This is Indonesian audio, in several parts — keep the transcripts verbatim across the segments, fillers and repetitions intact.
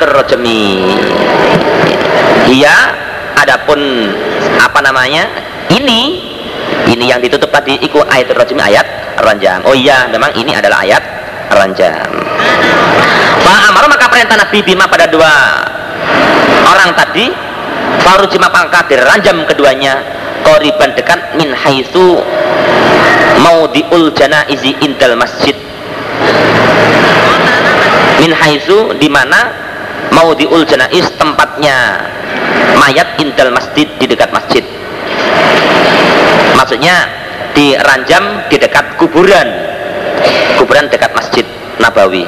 ayatul rajmi. Iya, adapun apa namanya? Ini ini yang ditutup tadi iku ayatul rajmi, ayat ranjam. Oh iya, memang ini adalah ayat ranjam. Fa amara, maka perintah Nabi bima pada dua orang tadi, farujima maka diranjam keduanya, qoriban dekat, min haitsu maudhi'ul janaizi indal masjid, min haitsu di mana maudhi'ul janaiz tempatnya mayat indal masjid di dekat masjid, maksudnya diranjam di dekat kuburan, kuburan dekat masjid Nabawi.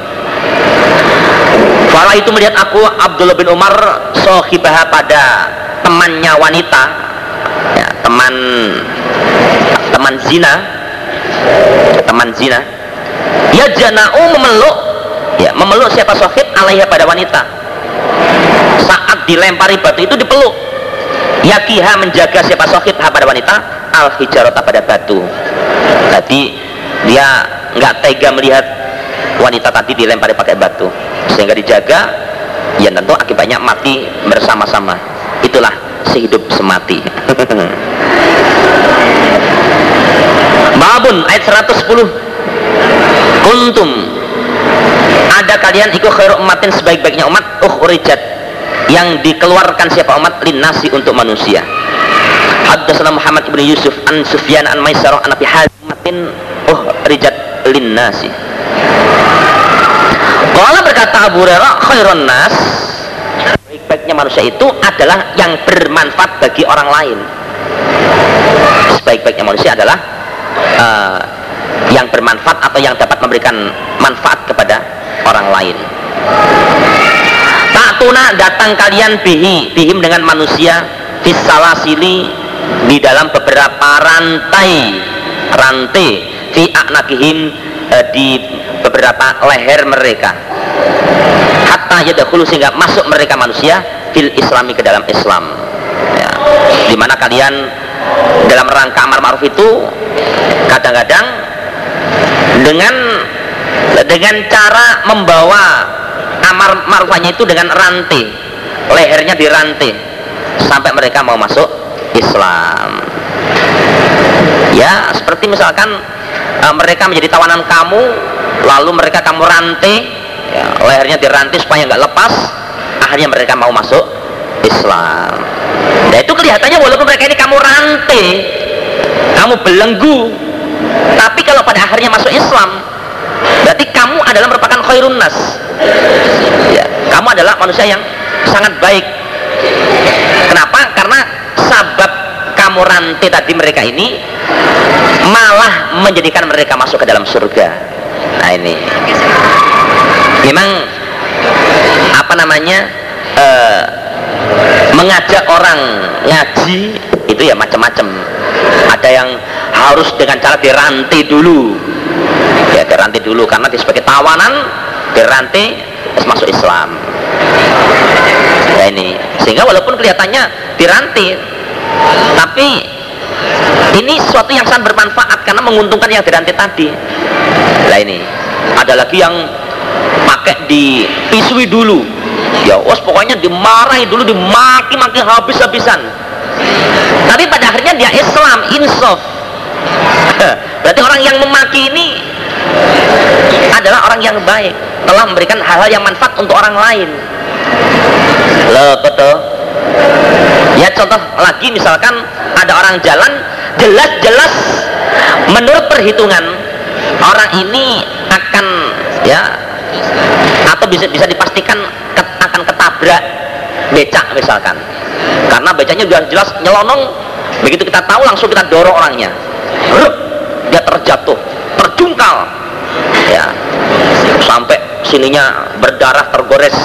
Fala itu melihat aku Abdullah bin Umar sohibah pada temannya wanita, ya, teman teman zina, teman zina. Ya jana'u memeluk, ya memeluk siapa sohib alaiha pada wanita. Saat dilempari batu itu dipeluk. Yakiha menjaga siapa sohib pada wanita al hijarota pada batu. Jadi dia nggak tega melihat wanita tadi dilempari pakai batu, sehingga dijaga. Ya tentu akibatnya mati bersama-sama. Itulah sehidup semati. Babun ayat seratus sepuluh. Kuntum, ada kalian ikut khairu ummatin, sebaik-baiknya umat, ukhrijat, yang dikeluarkan siapa umat, linnasi untuk manusia. Haddatsana Muhammad ibn Yusuf an Sufyan an Maisarah an Abi Hazim ukhrijat linnasi. Qala, berkata Abu Hurairah, khairun nas, sebaik-baiknya manusia itu adalah yang bermanfaat bagi orang lain. Sebaik-baiknya manusia adalah uh, yang bermanfaat atau yang dapat memberikan manfaat kepada orang lain. Ta'tuna, datang kalian bihi, bihim dengan manusia, fisalasili, di dalam beberapa rantai, rantai, fi a'naqihim, uh, di beberapa leher mereka, hatta yadkhulu, sehingga masuk mereka manusia fil islami, ke dalam Islam, ya. Dimana kalian dalam rangka amar ma'ruf itu kadang-kadang dengan dengan cara membawa amar ma'rufnya itu dengan rantai, lehernya dirantai sampai mereka mau masuk Islam. Ya, seperti misalkan uh, mereka menjadi tawanan kamu, lalu mereka kamu rantai, ya, lehernya dirantai supaya nggak lepas, akhirnya mereka mau masuk Islam. Nah itu kelihatannya walaupun mereka ini kamu rantai, kamu belenggu, tapi kalau pada akhirnya masuk Islam, berarti kamu adalah merupakan khairun nas, ya, kamu adalah manusia yang sangat baik. Kenapa? Karena sabab kamu rantai tadi mereka ini malah menjadikan mereka masuk ke dalam surga. Nah ini memang apa namanya, uh, mengajak orang ngaji itu ya macam-macam. Ada yang harus dengan cara dirantai dulu, ya dirantai dulu karena dia sebagai tawanan, dirantai terus masuk Islam. Nah ini sehingga walaupun kelihatannya dirantai, tapi ini sesuatu yang sangat bermanfaat karena menguntungkan yang dirantai tadi. Nah ini ada lagi yang pakai dipisui dulu, ya os pokoknya dimarahi dulu, dimaki-maki habis-habisan, tapi pada akhirnya dia Islam, insaf. Berarti orang yang memaki ini adalah orang yang baik, telah memberikan hal-hal yang manfaat untuk orang lain. Loh betul ya. Contoh lagi, misalkan ada orang jalan, jelas-jelas menurut perhitungan orang ini akan, ya, atau bisa bisa dipastikan ket, akan ketabrak becak misalkan, karena becaknya jelas jelas nyelonong. Begitu kita tahu langsung kita dorong orangnya, dia terjatuh, terjungkal, ya, sampai sininya berdarah, tergores.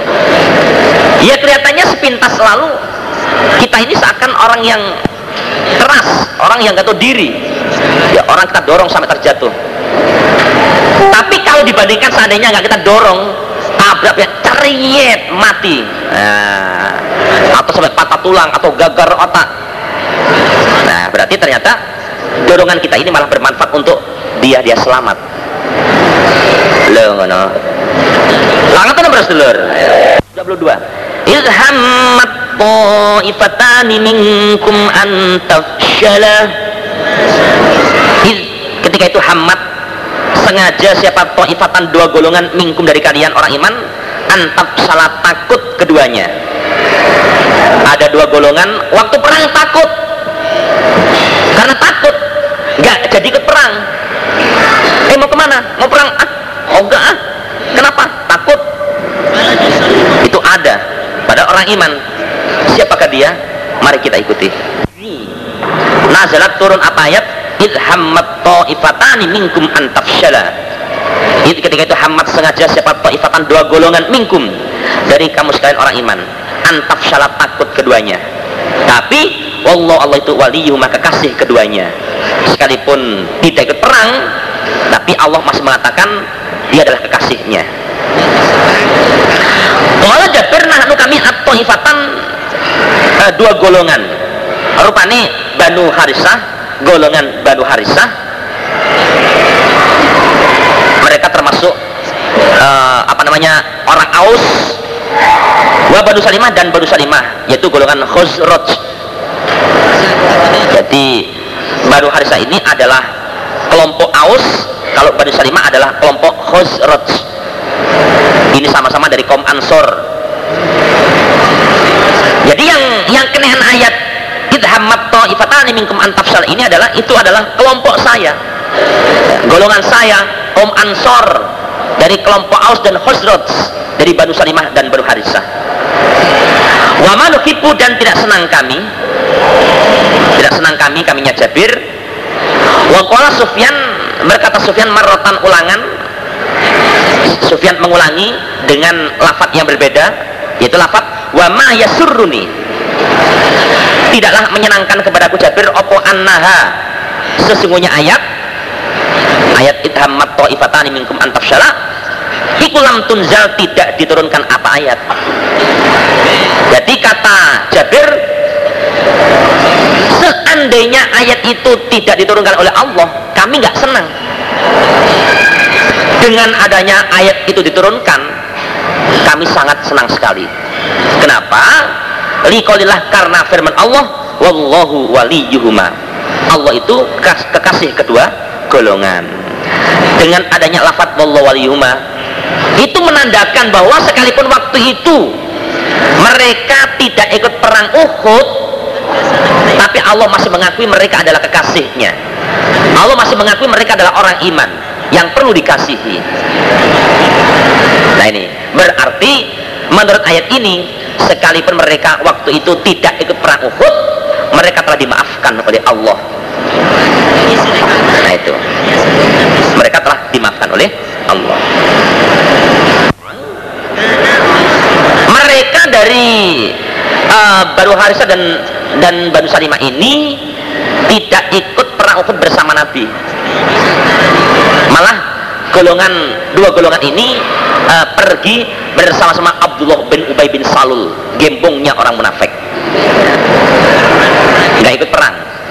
Ya kelihatannya sepintas lalu kita ini seakan orang yang keras, orang yang gak tahu diri, ya, orang kita dorong sampai terjatuh. Tapi kalau dibandingkan seandainya nggak kita dorong, tabrak ya, ceriet, mati, nah, atau sampai patah tulang atau gagar otak. Nah berarti ternyata dorongan kita ini malah bermanfaat untuk dia dia selamat. Lho ngono. Langat nomor sedulur. dua puluh dua. Ilhammat ta'ifatani minkum an tafshala. Ketika itu hammat sengaja siapa ta'ifatan dua golongan minkum dari kalian orang iman antaf salah takut keduanya. Ada dua golongan waktu perang takut karena takut nggak jadi ikut perang. Eh mau kemana? Mau perang? Ah, oh enggak ah. Kenapa? Takut. Itu ada pada orang iman. Siapakah dia? Mari kita ikuti. Nazalat turun apa ayat? Ilhammat ta'ifatani minkum antafshala. Itu ketika itu hammat sengaja siapa ta'ifatan dua golongan minkum dari kamu sekalian orang iman antafshala takut keduanya. Tapi wallahu Allah itu waliyuhuma kekasih keduanya. Sekalipun tidak ikut perang, tapi Allah masih mengatakan dia adalah kekasihnya. Wala Jabir nahnu kami at-ta'ifatan uh, dua golongan. Rupane Banu Harisah, golongan Banu Harisah mereka termasuk uh, apa namanya orang Aus, wa Banu Salimah dan Banu Salimah yaitu golongan Khazraj. Jadi Banu Harisah ini adalah kelompok Aus, kalau Banu Salimah adalah kelompok Khazraj. Ini sama-sama dari kaum Ansor. Jadi yang yang kenaan ayat idhammat ta'ifatani minkum antafsal ini adalah itu adalah kelompok saya, golongan saya kaum Ansor dari kelompok Aus dan Khazraj, dari Banu Salimah dan Banu Harisah. Wa ma nuhibbu dan tidak senang kami tidak senang kami kaminya Jabir. Wa qala Sufyan, berkata Sufyan marratan ulangan, Sufyan mengulangi dengan lafaz yang berbeda, yaitu lafaz wa ma yasurruni, tidaklah menyenangkan kepadaku Jabir opo annaha, sesungguhnya ayat ayat idhammat ta'ifatani minkum antafshala iku lam tunzal, tidak diturunkan apa ayat. Jadi kata Jabir, seandainya ayat itu tidak diturunkan oleh Allah, kami nggak senang. Dengan adanya ayat itu diturunkan, kami sangat senang sekali. Kenapa? Liqaulillah, karena firman Allah, wallahu waliyuhuma, Allah itu kekasih kedua golongan. Dengan adanya lafaz wallahu waliyuhuma, itu menandakan bahwa sekalipun waktu itu mereka tidak ikut perang Uhud, tapi Allah masih mengakui mereka adalah kekasihnya. Allah masih mengakui mereka adalah orang iman yang perlu dikasihi. Nah ini berarti menurut ayat ini, sekalipun mereka waktu itu tidak ikut perang Uhud, mereka telah dimaafkan oleh Allah. Nah itu, mereka telah dimaafkan oleh Allah. Mereka dari uh, Banu Harisah dan dan Banu Salimah ini tidak ikut perang Uhud bersama Nabi. Malah golongan dua golongan ini uh, pergi bersama-sama Abdullah bin Ubay bin Salul, gembongnya orang munafik, nggak ikut perang.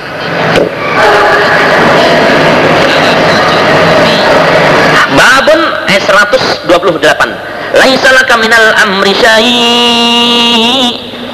Babun ayat seratus dua puluh delapan, laisa laka minal amri syai',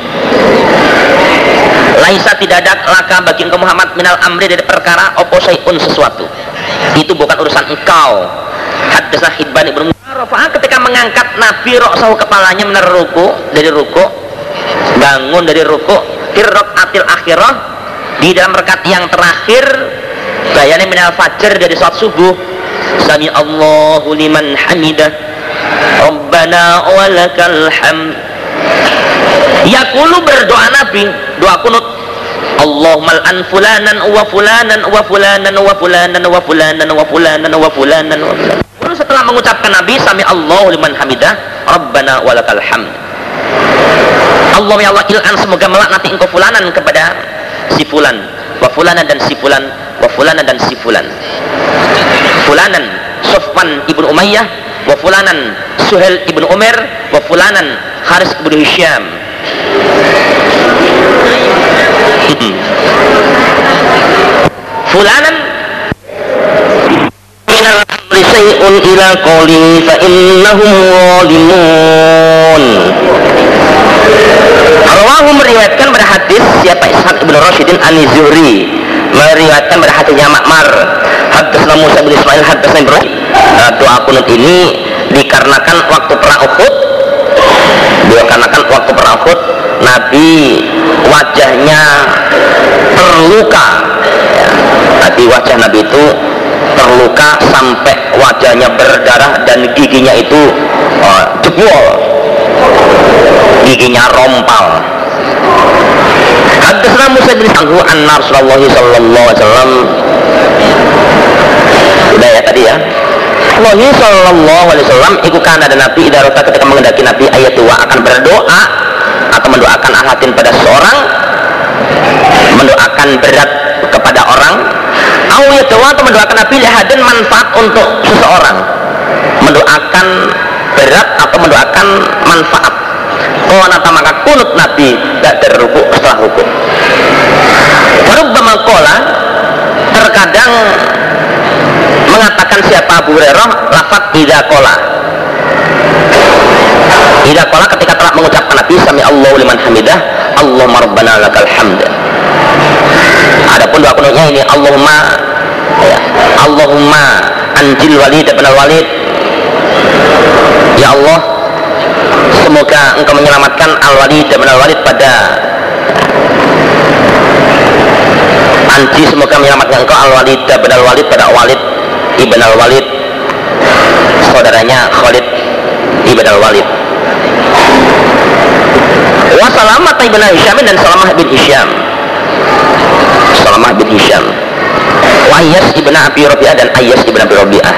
laisa tidak ada laka bagi engkau Muhammad minal amri dari perkara opo syai'un sesuatu, itu bukan urusan engkau. Haddatsana Hibban ibnu Arafah, ketika mengangkat Nabi roksahu kepalanya menar ruku, dari ruku, bangun dari ruku, firrok atil akhirah, di dalam rakaat yang terakhir, bayane minal fajr, dari salat subuh, sami Allahu liman hamidah, Rabbana walakal hamd. Yaqulu, berdoa Nabi, doa kunut, Allahumma an fulanan wa fulanan wa fulanan wa fulanan wa fulanan wa fulanan wa fulanan wa fulanan. Setelah mengucapkan Nabi sami Allahu liman hamidah, Rabbana walakal hamd, Allah ya Allah il'an, semoga melaknati engkau fulanan kepada si fulan, wa fulanan dan si fulan, wa fulanan dan si fulan. Fulanan Sufwan ibnu Umayyah, wa fulanan Suhail ibnu Umar, wa fulanan Haris ibnu Hisham. Fulanan minal amri syai'un ila qawli fa innahum zalimun. Rawahu meriwayatkan pada hadis siapa Ishaq ibn Rashidin an-Zuhri meriwayatkan pada hadisnya Ma'mar haddatsana Musa bin Ismail haddatsana Ibrahim. Nah, doa kunut ini dikarenakan waktu perang Uhud dikarenakan waktu perang Uhud Nabi wajahnya terluka ya. Nabi wajah Nabi itu terluka sampai wajahnya berdarah dan giginya itu uh, jebol, giginya rompal. Haddatsana Musa bin Ismail anna Rasulullah sallallahu alaihi wasallam. Udah ya tadi ya. Nabi sallallahu alaihi wasallam iku kana ada Nabi idarota ketika mengendaki Nabi ayat dua akan berdoa atau mendoakan ahadin pada seorang, mendoakan berat kepada orang, ayat dua atau mendoakan Nabi ahadin manfaat untuk seseorang, mendoakan berat atau mendoakan manfaat. Oh nata maka kunut Nabi tidak terruku setelah ruku. Warubbama qala terkadang mengatakan siapa Abu Hurairah lafaz idza qala. Idza qala ketika telah mengucapkan Nabi sami Allahu liman hamidah, Allahumma rabbana lakal hamd. Adapun doa kunutnya ini Allahumma ya, Allahumma anjil Walid bin Walid. Ya Allah, semoga engkau menyelamatkan Al-Walid bin Al-Walid pada Anji, semoga menyelamatkan engkau Al-Walid bin Al-Walid pada Walid Ibn Al-Walid, saudaranya Khalid Ibn Al-Walid. Wa Salamah Ibn Hisham dan Salamah bin Hisham. Salamah bin Hisham. Wa Ayyas Ibn Abi Rabi'ah dan Ayyas Ibn Abi Rabi'ah.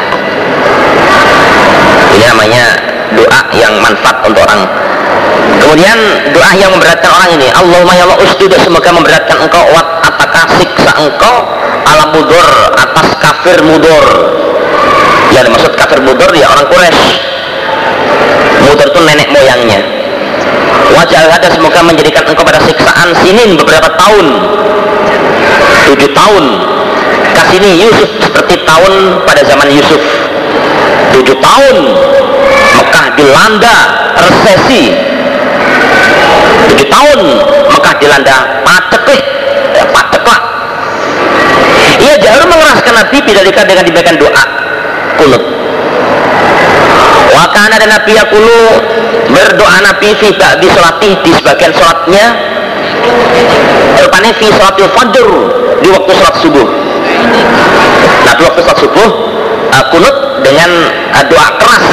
Ini namanya doa yang manfaat untuk orang. Kemudian doa yang memberatkan orang ini, Allahumma ya Allah ustud, semoga memberatkan engkau wat ataka siksa engkau ala mudur atas kafir mudur. Yang dimaksud kafir mudur ya orang Quraisy. Mudur itu nenek moyangnya. Wajah ada semoga menjadikan engkau pada siksaan sinin beberapa tahun, tujuh tahun. Kasini Yusuf seperti tahun pada zaman Yusuf. Tujuh tahun Mekah dilanda resesi. Tujuh tahun Mekah dilanda paceklik, ya paceklik. Ia jauh mengeraskan Nabi bidalika dengan diberikan doa kunut. Wakana dan Nabi yakulu berdoa Nabi fi ba'di sholatih di sebagian sholatnya. Depannya fi sholatil fajr di waktu sholat subuh. Nabi waktu sholat subuh uh, kunut dengan uh, doa keras.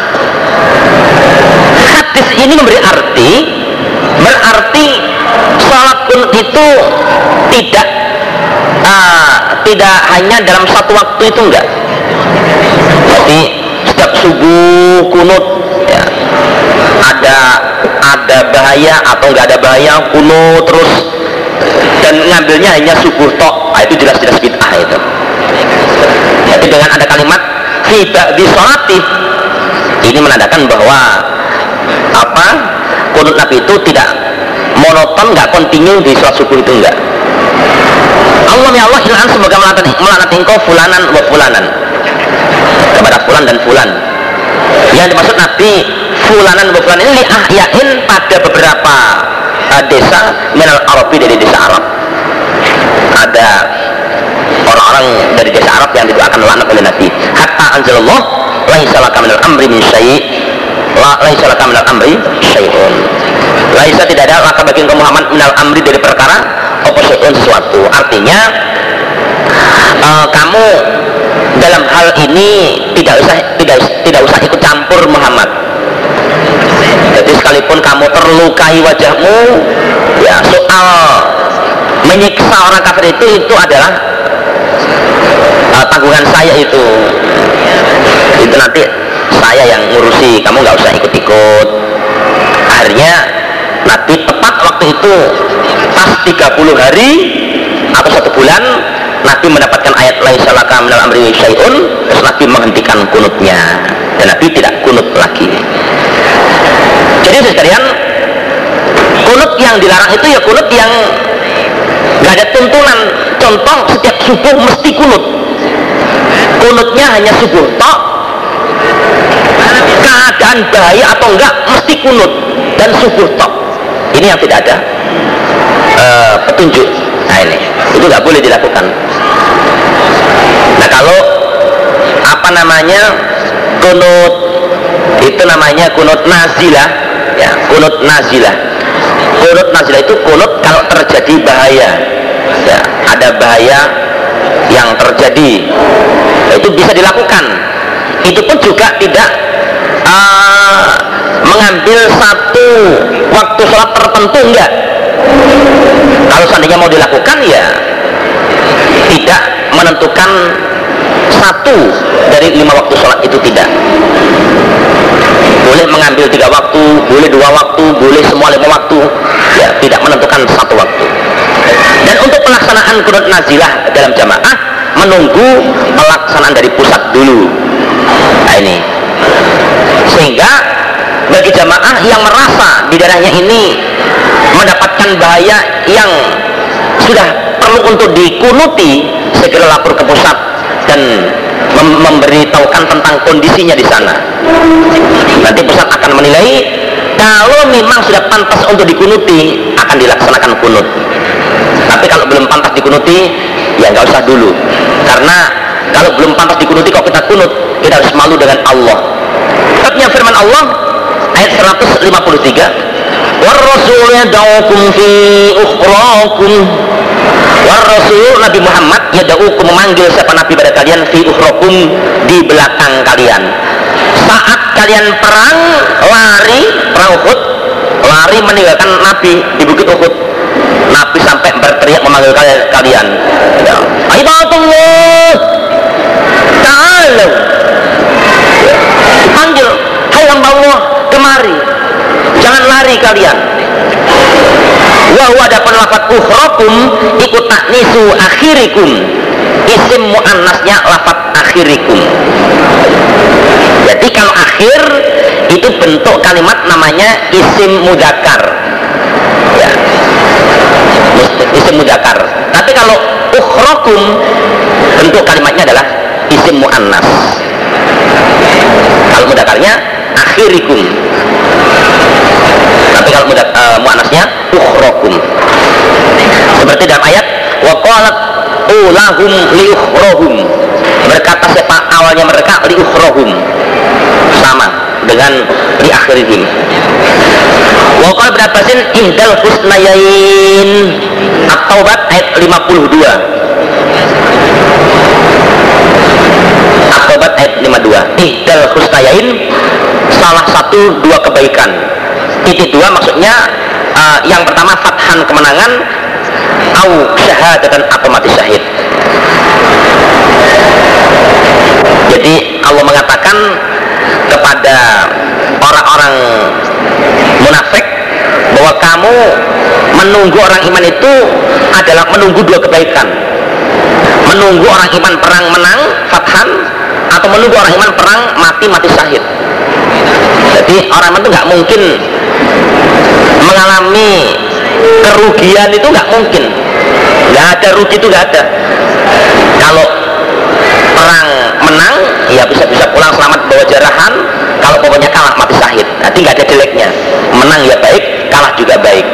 Hadis ini memberi arti berarti sholat kunut itu tidak uh, tidak hanya dalam satu waktu itu enggak. Jadi setiap subuh kunut ya, ada ada bahaya atau enggak ada bahaya kunut terus dan ngambilnya hanya subuh tok, nah, itu jelas-jelas bid'ah itu. Jadi dengan ada kalimat tidak disolati ini menandakan bahwa apa kunut Nabi itu tidak monoton, nggak kontinu di sholat subuh itu enggak. Allah ya Allah ilhan semoga melaknat melaknat engkau fulanan wa fulanan kepada fulan dan fulan. Yang dimaksud Nabi fulanan wa fulan ini li'ahyain pada beberapa uh, desa minal Arabi dari desa Arab. Ada orang-orang dari desa Arab yang didoakan laknat oleh Nabi. Hatta anzalallah laisa laka minal amri min syai' la laisa laka minal amri syai'un. Laisa tidak ada laka bagi engkau Muhammad minal amri dari perkara apa syai'un sesuatu. Artinya uh, kamu dalam hal ini tidak usah tidak tidak usah ikut campur Muhammad. Jadi sekalipun kamu terlukai wajahmu, ya soal menyiksa orang kafir itu itu adalah uh, tanggungan saya itu. Itu nanti saya yang ngurusi, kamu nggak usah ikut-ikut. Akhirnya Nabi tepat waktu itu pas tiga puluh hari atau satu bulan Nabi mendapatkan ayat laisa laka minal amri syai'un, terus Nabi menghentikan kunutnya dan Nabi tidak kunut lagi. Jadi sekalian, kunut yang dilarang itu ya kunut yang nggak ada tuntunan. Contoh setiap subuh mesti kunut, kunutnya hanya subuh tok keadaan bahaya atau enggak mesti kunut dan subuh tok. Ini yang tidak ada uh, petunjuk. Nah ini itu nggak boleh dilakukan. Nah kalau apa namanya kunut itu namanya kunut nazilah, ya kunut nazilah. Kunut nazilah itu kunut kalau terjadi bahaya, ya ada bahaya yang terjadi, itu bisa dilakukan. Itu pun juga tidak uh, mengambil satu waktu sholat tertentu, enggak. Kalau seandainya mau dilakukan ya tidak menentukan satu dari lima waktu sholat, itu tidak. Boleh mengambil tiga waktu, boleh dua waktu, boleh semua lima waktu, ya tidak menentukan satu waktu. Dan untuk pelaksanaan kunut nazilah dalam jamaah menunggu pelaksanaan dari pusat dulu. Nah ini sehingga bagi jamaah yang merasa di daerahnya ini mendapatkan bahaya yang sudah perlu untuk dikunuti, segera lapor ke pusat dan mem memberitahukan tentang kondisinya di sana. Nanti pusat akan menilai, kalau memang sudah pantas untuk dikunuti akan dilaksanakan kunut. Tapi kalau belum pantas dikunuti ya nggak usah dulu, karena kalau belum pantas dikunuti kalau kita kunut kita harus malu dengan Allah. Sebabnya firman Allah ayat seratus lima puluh tiga, war rasul yad'ukum fi ukhrakum. War rasul Nabi Muhammad yad'ukum memanggil siapa nabi pada kalian fi ukhrakum, di belakang kalian. Saat kalian perang, lari perang Uhud, lari meninggalkan nabi di bukit Uhud, nabi sampai berteriak memanggil kalian, ya Aibatullah ta'ala, panggil, hai hamba Allah kemari, jangan lari kalian. Wahwa adapun lafaz ukhrakum ikut taknisu akhirikum, isim muannasnya lafaz akhirikum. Jadi kalau akhir itu bentuk kalimat namanya isim mudzakkar, ya isim mudzakkar. Tapi kalau ukhrakum bentuk kalimatnya adalah isim muannas. Kalau mudzakarnya akhirikum, tapi kalau mudah uh, muannasnya ukhrakum. Seperti dalam ayat wa qalat ulahum li ukhrahum, berkata siapa awalnya mereka li ukhrahum, sama dengan li akhirihim. Wa qala ibn Abbasin ihdal husnayain, At-Taubat ayat lima puluh dua. At-Taubat ayat lima puluh dua. Ihdal husnayain, salah satu dua kebaikan. Titik dua maksudnya uh, yang pertama fathan kemenangan, au syahadatan atau mati syahid. Jadi Allah mengatakan kepada orang-orang munafik bahwa kamu menunggu orang iman itu adalah menunggu dua kebaikan, menunggu orang iman perang menang fathan, atau menunggu orang iman perang mati mati syahid. Jadi orang iman itu nggak mungkin mengalami kerugian, itu nggak mungkin, nggak ada rugi, itu nggak ada. Kalau perang menang ya bisa-bisa pulang selamat bawa jarahan, kalau pokoknya kalah mati syahid, nanti nggak ada jeleknya. Menang ya baik, kalah juga baik.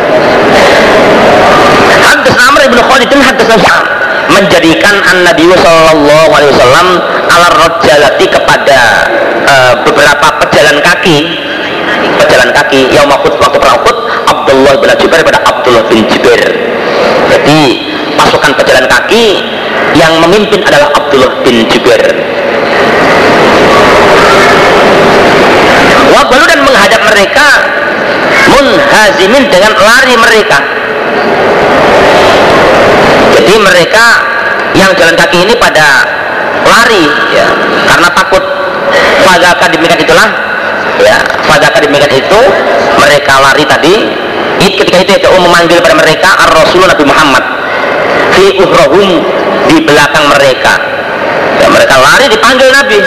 Hadis Amr ibn Khalid hadis Sa'ad menjadikan an-Nabi sallallahu alaihi wasallam ala rajalati kepada uh, beberapa pejalan kaki, pejalan kaki yaum Uhud, waktu perang Uhud, Abdullah bin Jubair pada Abdullah bin Jubair. Jadi pasukan pejalan kaki yang memimpin adalah Abdullah bin Jubair. Wabalu dan menghadap mereka, munhazimin dengan lari mereka. Jadi mereka yang jalan kaki ini pada lari, ya, karena takut. Fadzaka demikian itulah, ya, fadzaka demikian itu mereka lari tadi. Ketika itu ya memanggil pada mereka ar-Rasul Nabi Muhammad fi uhrahum, di belakang mereka, ya, mereka lari dipanggil Nabi.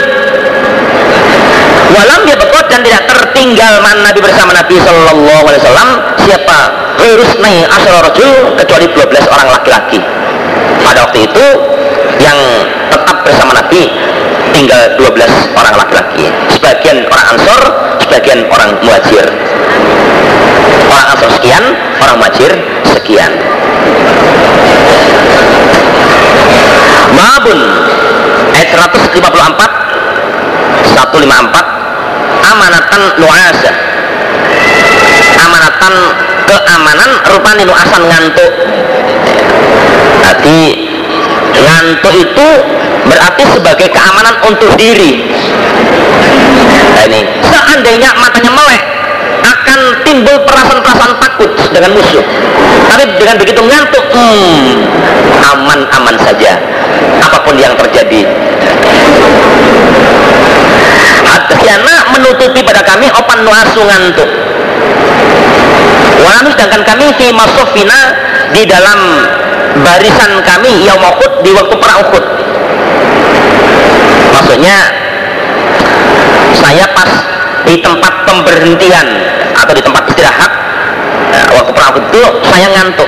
Walam dia bekot dan tidak tertinggal man Nabi bersama Nabi Sallallahu Alaihi Wasallam siapa Hurusnai Asyara Rajul, kecuali dua belas orang laki-laki. Pada waktu itu yang tetap bersama Nabi tinggal dua belas orang laki-laki. sebagian orang Ansor, sebagian orang Muhajir. Orang Ansor sekian, orang Muhajir sekian. Babun ayat seratus lima puluh empat, seratus lima puluh empat, amanatan nu'asa, amanatan keamanan rupanya nu'asan ngantuk. Jadi ngantuk itu berarti sebagai keamanan untuk diri. Nah ini, seandainya matanya melek akan timbul perasaan-perasaan takut dengan musuh, tapi dengan begitu ngantuk, hmm, aman-aman saja apapun yang terjadi. Hadiana menutupi pada kami opan nuasu ngantuk. Walau sedangkan kami fi masofina di dalam barisan kami yaum Uhud, di waktu perang Uhud. Maksudnya saya pas di tempat pemberhentian atau di tempat istirahat, nah, waktu perang Uhud itu saya ngantuk.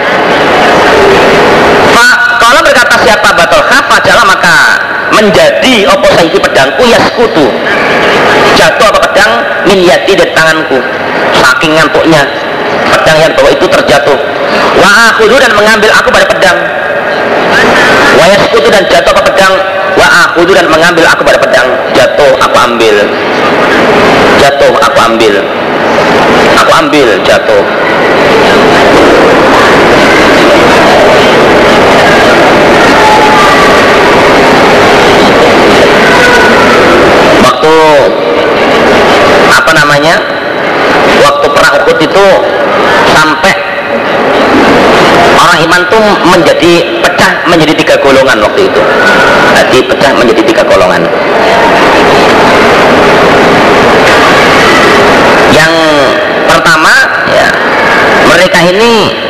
Pak, kalau berkata siapa batal khafajala maka menjadi opo saiki pedangku yaskutu, jatuh apa pedang min yati dari tanganku, saking ngantuknya pedang yang bawa itu terjatuh. Wa akhudhu dan mengambil aku pada pedang, wa yaskutu dan jatuh apa pedang, wa akhudhu dan mengambil aku pada pedang, jatuh aku ambil, jatuh aku ambil, aku ambil jatuh. Waktu apa namanya, waktu perang Uhud itu sampai orang iman tuh menjadi pecah menjadi tiga golongan waktu itu. Jadi pecah menjadi tiga golongan. Yang pertama ya, mereka ini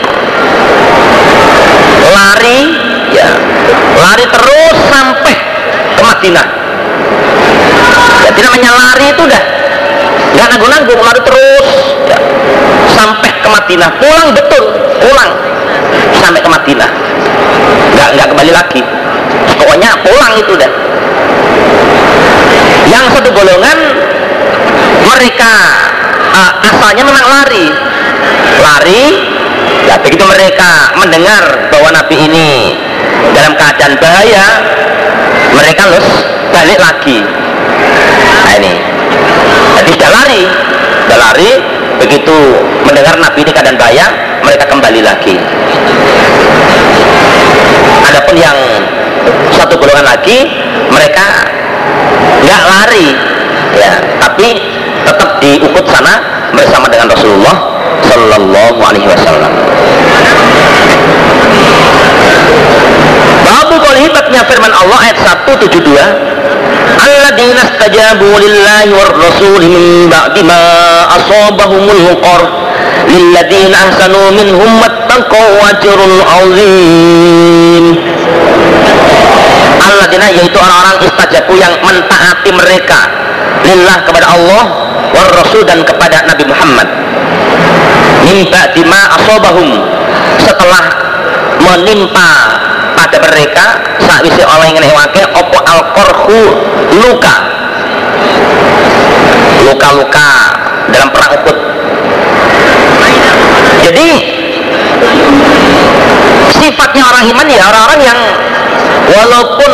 lari ya, lari terus sampai ke Madinah. Jadi namanya lari itu udah nggak nanggung-nanggung, lari terus ya, sampai ke Madinah, pulang betul, pulang sampai ke Madinah, nggak nggak kembali lagi, pokoknya pulang itu udah. Yang satu golongan mereka uh, asalnya memang lari, lari, ya begitu mereka mendengar bahwa Nabi ini dalam keadaan bahaya, mereka terus balik lagi. Nah ini, jadi sudah lari, sudah lari, begitu mendengar Nabi ini keadaan bahaya, mereka kembali lagi. Adapun yang satu golongan lagi, mereka nggak lari, ya, tapi tetap di Uhud sana bersama dengan Rasulullah Sallallahu Alaihi Wasallam. Babu qaulihi batnya firman Allah ayat seratus tujuh puluh dua. Alladzina istajabu lillahi war rasuli min ba'di ma asabahumul qar lilladzina ahsanu minhum wattaqaw ajrun azim. Alladzina yaitu orang-orang istajabu yang mentaati mereka lillah kepada Allah war rasul dan kepada Nabi Muhammad min ba'di ma asabahum setelah menimpa pada mereka sakwise oleh ngenewake opo al-qarhu luka luka-luka dalam perang Uhud. Jadi sifatnya orang iman ya orang-orang yang walaupun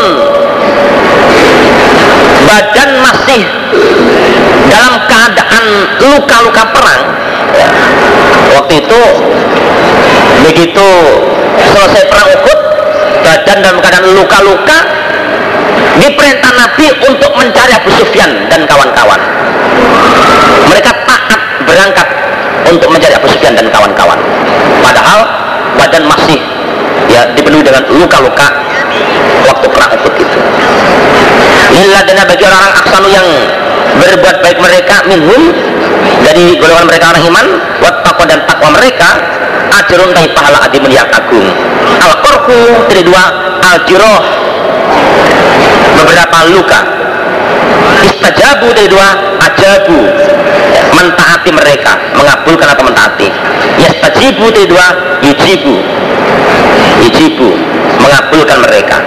badan masih dalam keadaan luka-luka perang ya, waktu itu begitu selesai perang Uhud badan dalam keadaan luka-luka, diperintah Nabi untuk mencari Abu Sufyan dan kawan-kawan. Mereka taat berangkat untuk mencari Abu Sufyan dan kawan-kawan, padahal badan masih ya dipenuhi dengan luka-luka waktu perang Uhud itu. Lillah dan bagi orang-orang aksanu yang berbuat baik mereka minhum dari golongan mereka orang iman, wattaqwa dan takwa mereka ajrun tai pahala adimun yang agung. Al-qarhu dari dua al-jiroh beberapa luka, istajabu dari dua ajabu mentaati mereka, mengabulkan atau mentaati. Yastajibu dari dua yujibu, yujibu mengabulkan mereka.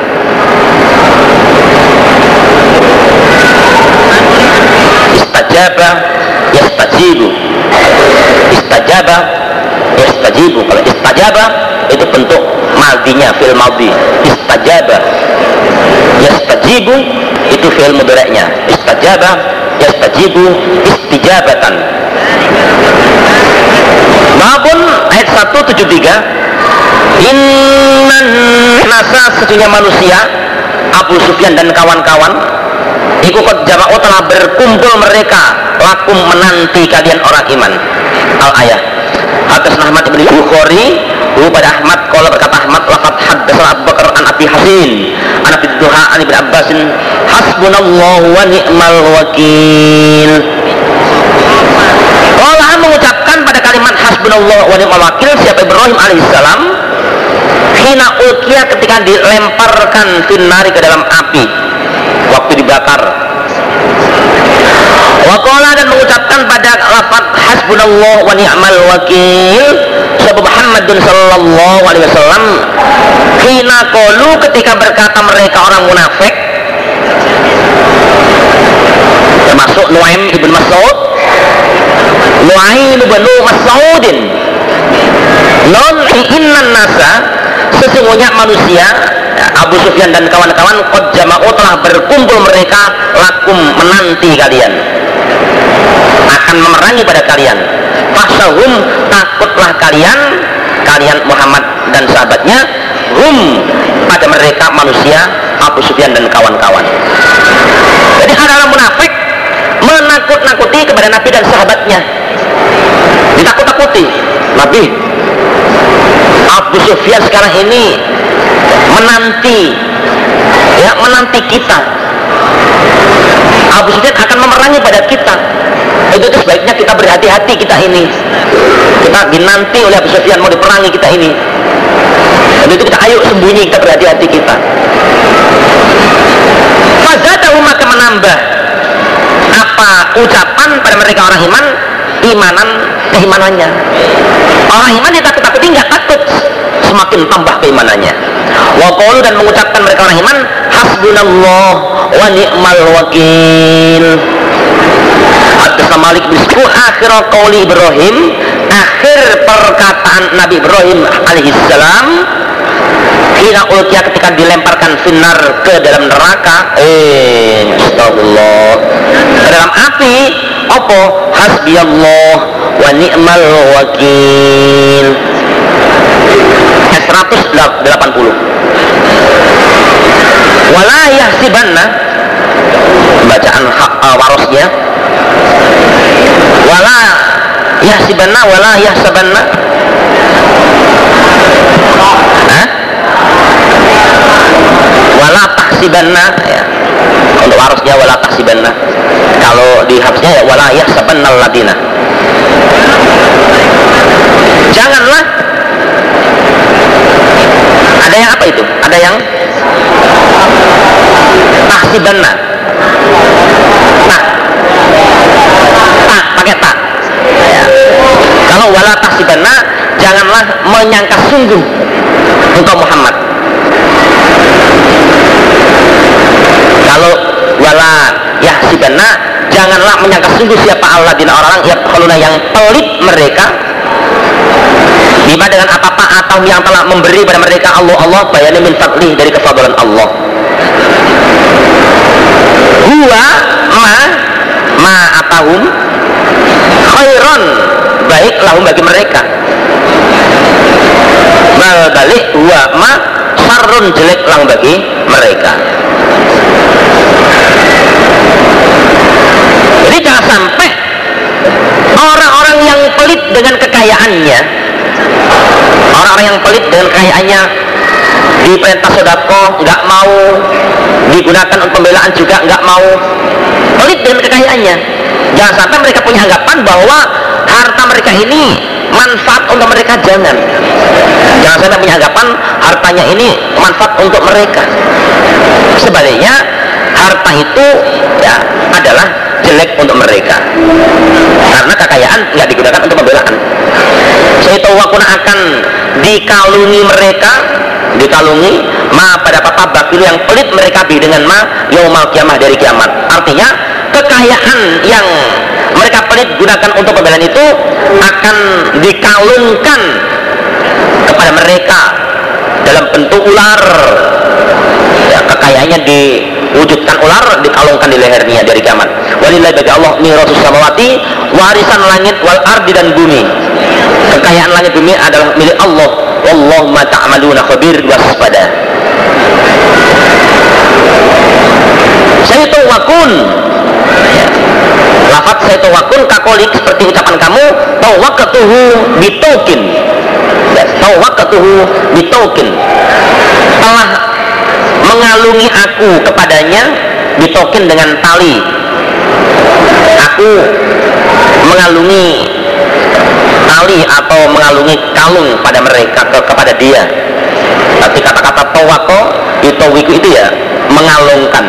istajaba yastajibu, istajaba yastajibu. Kalau istajaba itu bentuk madinya, fi'il madhi. Istajaba yastajibu itu fi'il mudhari'nya. Istajaba yastajibu istijabatan. Maupun ayat seratus tujuh puluh tiga, innan nasa, sesungguhnya manusia, Abu Sufyan dan kawan-kawan, iku qad jama'u, telah berkumpul mereka, lakum, menanti kalian orang iman. Al-ayah. Atas Ahmad bin Bukhari, hu pada Ahmad, qala berkata Ahmad, laqad haddatsana Abu Bakar an Abi Hasin an Abi Duha an Ibnu Abbas, hasbunallahu wa ni'mal wakil. Allah mengucapkan pada kalimat hasbunallahu wa ni'mal wakil siapa Ibrahim alaihissalam hina ulqiya, ketika dilemparkan finnari, ke dalam api, waktu dibakar. Waqala, dan mengucapkan pada lafaz hasbunallah wa ni'mal wakil sahabat Muhammadun sallallahu alaihi wasallam hina qalu, ketika berkata mereka orang munafik, termasuk Nuaim ibn Mas'ud, Nuaim ibn Mas'udin, non innan nasa, sesungguhnya manusia, Abu Sufyan dan kawan-kawan, qad jama'u, telah berkumpul mereka, lakum, menanti kalian, akan memerangi pada kalian. Fasahum, takutlah kalian, kalian Muhammad dan sahabatnya, hum, pada mereka manusia, Abu Sufyan dan kawan-kawan. Jadi ada orang munafik menakut-nakuti kepada Nabi dan sahabatnya, ditakut-takuti. Nabi, Abu Sufyan sekarang ini menanti, ya, menanti kita. Abu Sufyan akan memerangi pada kita. Itu, itu sebaiknya kita berhati-hati, kita ini kita dinanti oleh Abu Sufyan, mau diperangi kita ini. Jadi itu kita ayo sembunyi, kita berhati-hati kita. Fazadahu, maka menambah apa ucapan pada mereka orang iman, imanan, keimanannya. Orang iman ditakut-takuti, nggak takut, semakin tambah keimanannya. Wa qalu, dan mengucapkan mereka orang iman, hasbunallah wa ni'mal wakil. Haddatsa Malik bin Su'u akhir qauli Ibrahim, akhir perkataan Nabi Ibrahim alaihissalam hina ulqiya, ketika dilemparkan finnar, ke dalam neraka, eh astagfirullah, ke dalam api, apa? Hasbiyallah wa ni'mal wakil. seratus delapan puluh. Wala yahsibanna, bacaan hak uh, warosnya, wala yahsibanna wala yahsabanna, Hah? wala tahsibanna, ya. Untuk warosnya wala tahsibanna, kalau di hafsnya ya wala yahsabanna alladina, janganlah. Ada yang apa itu? Ada yang tahsibanna, tak, tak, pakai tak, ya. Kalau wala tahsibanna, janganlah menyangka sungguh engkau Muhammad. Kalau wala yahsibanna, janganlah menyangka sungguh siapa alladzina, orang yang kaluna, yang pelit mereka, bima, dengan apa-apa, atau yang telah memberi pada mereka Allah Allah bayani min fadlih, dari kefadlan Allah. Huwa ma ma atahum khairon, baik lahum, bagi mereka. Bal balik huwa ma sarrun, jelek lahum, bagi mereka. Jadi jangan sampai orang-orang yang pelit dengan kekayaannya, orang-orang yang pelit dengan kekayaannya, diperintah sedekah nggak mau, digunakan untuk pembelaan juga nggak mau, pelit dengan kekayaannya. Jangan sampai mereka punya anggapan bahwa harta mereka ini manfaat untuk mereka, jangan. Jangan sampai punya anggapan hartanya ini manfaat untuk mereka. Sebaliknya, harta itu ya adalah jelek untuk mereka, karena kekayaan nggak digunakan untuk pembelaan. Saya tahu wakuna akan dikalungi mereka, dikalungi ma pada apa bakilu yang pelit mereka bi dengan ma yaumal kiamah dari kiamat. Artinya kekayaan yang mereka pelit gunakan untuk pembelaan itu akan dikalungkan kepada mereka dalam bentuk ular. Ya, kekayaannya diwujudkan ular, dikalungkan di lehernya dari kiamat. Walillahi bagi Allah mirasus samawati, warisan langit wal ardi dan bumi. Kekayaan langit bumi adalah milik Allah. Wallahu ma ta'maluna khabir, waspada. Saya tawakun. Ya. Lafaz saya tawakun kakolik seperti ucapan kamu tawakatuhu bitokin. Ya, tawakatuhu bitokin. Telah mengalungi aku kepadanya bitokin dengan tali. Aku mengalungi tali atau mengalungi kalung pada mereka ke, kepada dia. Tapi kata-kata tawako itawiku itu ya mengalungkan.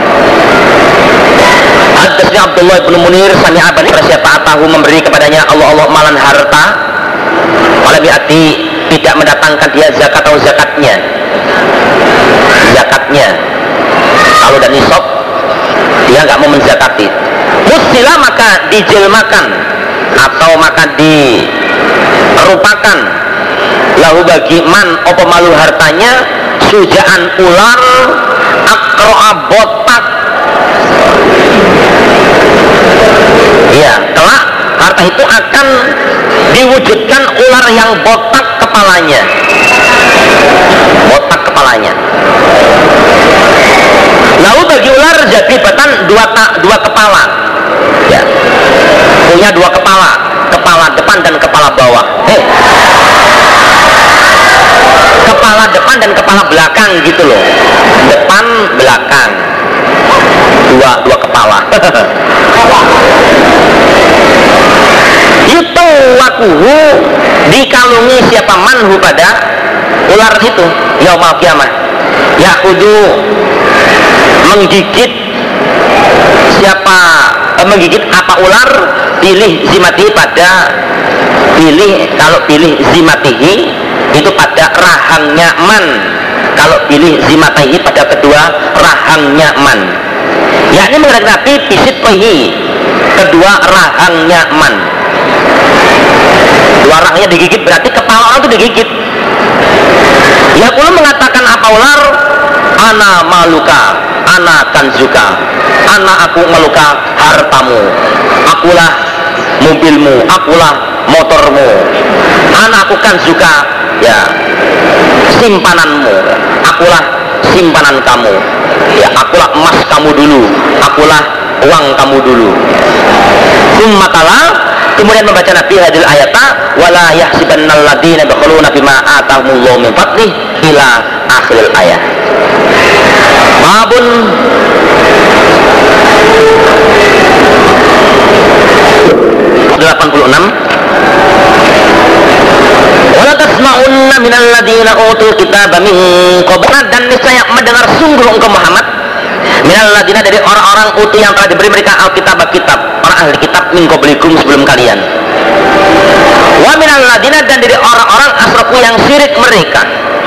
Hadasnya Abdullah bin Munir sami aban rasyata atahu memberi kepadanya Allah Allah malan harta wala biati tidak mendatangkan dia zakat atau zakatnya zakatnya kalau dan nisab dia nggak mau menzakati. Musila maka dijelmakan atau maka dirupakan lahu bagi man opo malu hartanya sujaan ular akroa botak. Iya, kelak harta itu akan diwujudkan ular yang botak kepalanya, botak kepalanya. Lalu bagi ular jadi batan dua dua kepala, ya, punya dua kepala, kepala depan dan kepala bawah. Eh, kepala depan dan kepala belakang gitu loh, depan belakang, dua dua kepala. Itu wakuhu dikalungi siapa manhu pada ular itu yaumul kiamah. Yakudu menggigit siapa eh, menggigit apa ular pilih zimati pada pilih kalau pilih zimatihi itu pada rahangnya man, kalau pilih zimatihi pada kedua rahangnya man, yakni mengenai Nabi pisit pehi kedua rahangnya man. Dua rahangnya digigit berarti kepala orang itu digigit. Ya kulo mengatakan apa ular? Ana maluka, ana kanzuka, ana aku maluka hartamu, akulah mobilmu, akulah motormu, ana aku kanzuka ya simpananmu, akulah simpanan kamu, ya akulah emas kamu dulu, akulah uang kamu dulu. Summatala kemudian membaca Nabi hadil ayata wala yahsibannal ladzina bakhaluna bima atahumullahu min fadlih ila akhiril ayat. Babun delapan puluh enam wala tasma'unna minal ladzina utul kitaba min qabla, dan niscaya mendengar sungguh engkau Muhammad minal ladzina dari orang-orang utuh yang telah diberi mereka alkitab kitab, orang ahli kitab min qablikum sebelum kalian, wa minal ladzina dan dari orang-orang asraku yang syirik mereka,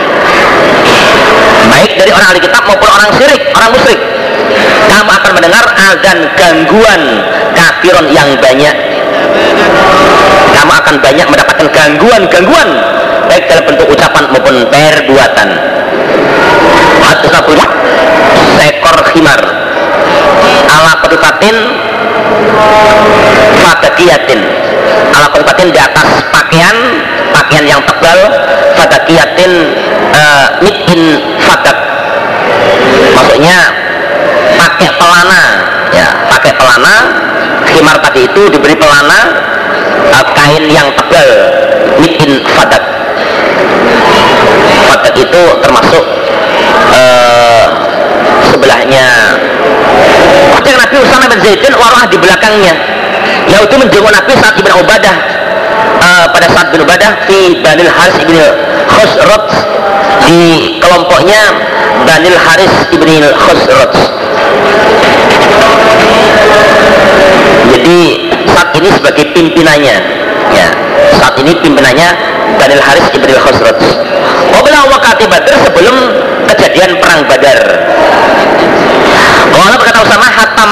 baik dari orang ahli kitab maupun orang syirik, orang musyrik. Kamu akan mendengar azan gangguan kafiron yang banyak, kamu akan banyak mendapatkan gangguan-gangguan baik dalam bentuk ucapan maupun perbuatan. Hadis Nabi seekor khimar ala qadifatin fadakiyatin, ala qadifatin di atas pakaian pakaian yang tebal, fadakiyatin uh, mitin fadak, maksudnya pakai pelana ya, pakai pelana. Khimar tadi itu diberi pelana uh, kain yang tebal mitin fadak. Fadak itu termasuk uh, sebelahnya wajah Nabi Usama bin Zaidin warah di belakangnya, yaitu menjenguk Nabi saat Ibn Ubadah uh, pada saat Ibn Ubadah di Banil Haris Ibn Khosrot, di kelompoknya Banil Haris Ibn Khosrot. Jadi saat ini sebagai pimpinannya ya, saat ini pimpinannya Banil Haris Ibn Khosrot. Wabila wakati Badar, sebelum kejadian perang Badar,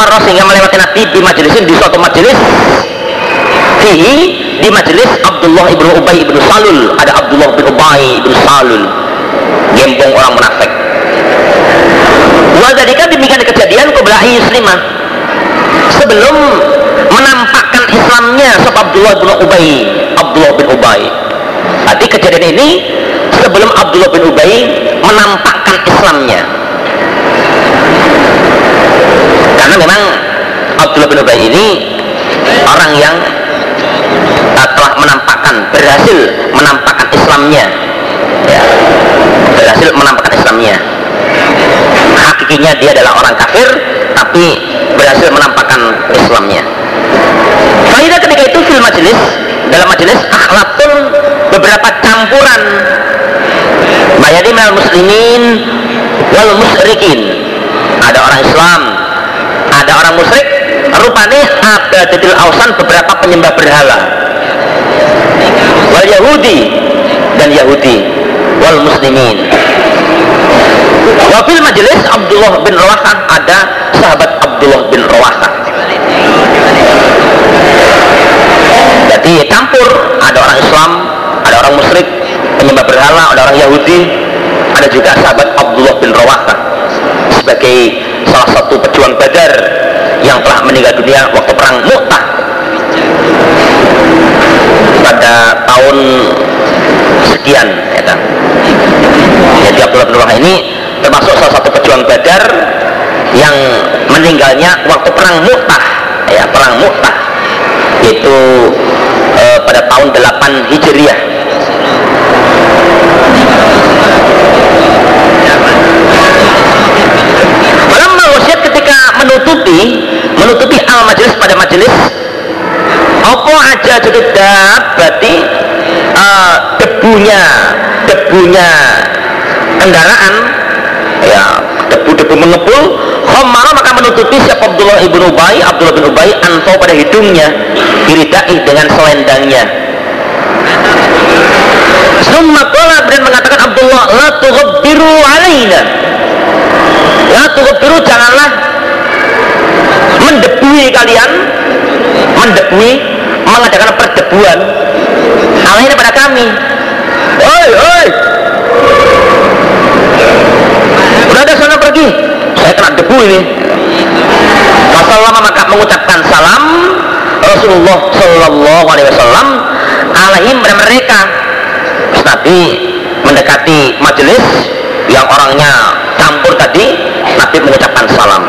marra sehingga melewati Nabi di majelisin, di suatu majelis fihi, di majelis Abdullah ibnu Ubay ibnu Salul. Ada Abdullah bin Ubay ibnu Salul, gembong orang munafik. Wadhalika, demikian kejadian qabla yuslimah, sebelum menampakkan Islamnya sebab Abdullah bin Ubay, Abdullah bin Ubay. Berarti kejadian ini sebelum Abdullah bin Ubay menampakkan Islamnya. Karena memang Abdullah bin Ubay ini orang yang uh, telah menampakkan, berhasil menampakkan Islamnya, ya, berhasil menampakkan Islamnya. Hakikinya dia adalah orang kafir, tapi berhasil menampakkan Islamnya. Faidah ketika itu fil majelis, dalam majelis akhlakun, beberapa campuran bayani minal muslimin wal musyrikin. Ada orang Islam, ada orang musyrik, rupanya abadatil ausan, beberapa penyembah berhala, wal Yahudi dan Yahudi, wal muslimin. Wafil majelis Abdullah bin Rawahah, ada sahabat Abdullah bin Rawahah. Jadi campur, ada orang Islam, ada orang musyrik, penyembah berhala, ada orang Yahudi, ada juga sahabat Abdullah bin Rawahah sebagai salah satu pejuang Badar yang telah meninggal dunia waktu perang Mu'tah pada tahun sekian, ya kan? Jadi Abdullah bin Rawahah ini termasuk salah satu pejuang Badar yang meninggalnya waktu perang Mu'tah, ya, perang Mu'tah, yaitu eh, pada tahun delapan Hijriah. Malam wasiat ketika menutupi menutupi al majelis, pada majelis apa aja jadi berarti uh, debunya debunya kendaraan, ya, debu-debu mengepul, khamara, maka menutupi siapa Abdullah ibn Ubay, Abdullah bin Ubay, anfau, pada hidungnya, biridai, dengan selendangnya. Summa qala, dan mengatakan Abdullah, la tughbiru alaina, la tughbiru, janganlah mendebui kalian, mendebui, mengadakan perdebuan alaina, pada kami. Oi, oi, udah ada, sana pergi, saya kena debu ini. Wassalamu, maka mengucapkan salam Rasulullah Sallallahu Alaihi Wasallam alaihim, pada mereka. Terus Nabi mendekati majelis yang orangnya campur tadi, Nabi mengucapkan salam.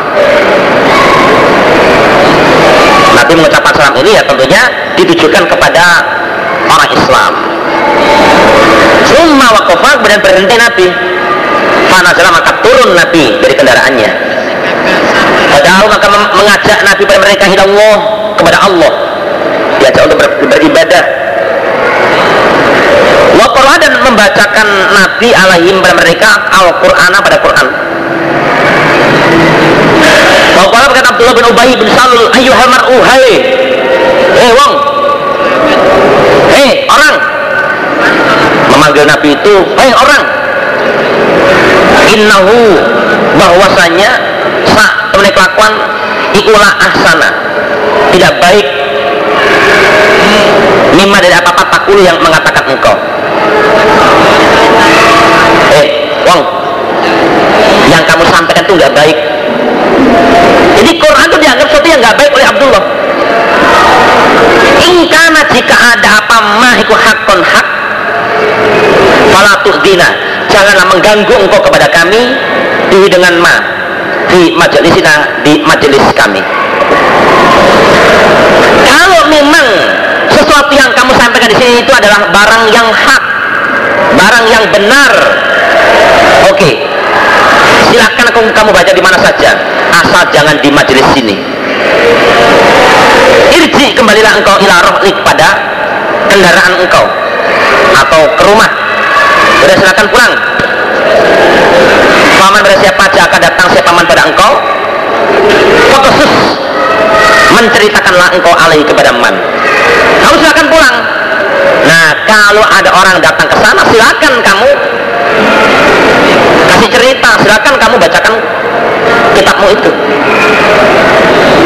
Nabi mengucapkan salam ini ya tentunya ditujukan kepada orang Islam. Summa waqafa, kemudian berhenti Nabi. Fanazala, maka turun Nabi dari kendaraannya. Padahal maka mengajak Nabi pada mereka hilallah, kepada Allah, diajak untuk ber beribadah. Waqara, dan membacakan Nabi alaihim, pada mereka Al-Qur'an, pada Quran. Waqara, berkata Abdullah bin Ubay bin Salul, ayyuhal mar'u, hai, eh wong, eh orang, memanggil Nabi itu, hei orang, innahu, bahwasanya sak temene kelakuan ikulah ahsana, tidak baik, mimma, dari apa-apa takul, yang mengatakan engkau. Eh wong, yang kamu sampaikan itu nggak baik. Jadi Quran itu dianggap sesuatu yang nggak baik oleh Abdullah. Ingkana, jika ada apa mah iku hakon hak, fala tuhdina, janganlah mengganggu engkau kepada kami, di dengan ma, di majelisina, di majelis kami. Kalau memang sesuatu yang kamu sampaikan di sini itu adalah barang yang hak, barang yang benar, oke, okay, silakan kamu, kamu baca di mana saja, asal jangan di majelis sini. Irji, kembalilah engkau ila rohlik, pada kendaraan engkau atau ke rumah. Sudah, silakan pulang. Paman, pada siapa saja akan datang siapa man pada engkau, fokus, menceritakanlah engkau alaihi, kepada man. Kamu silakan pulang. Nah, kalau ada orang datang ke sana, silakan kamu kasih cerita, silakan kamu bacakan kitabmu itu.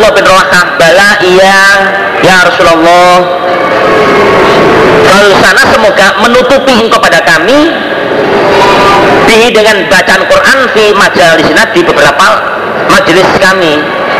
Abdullah bin Rawahah, bala iya ya Rasulullah, lalu sana semoga menutupi engkau pada kami bihi dengan bacaan Quran fi majalisina, di beberapa majelis kami,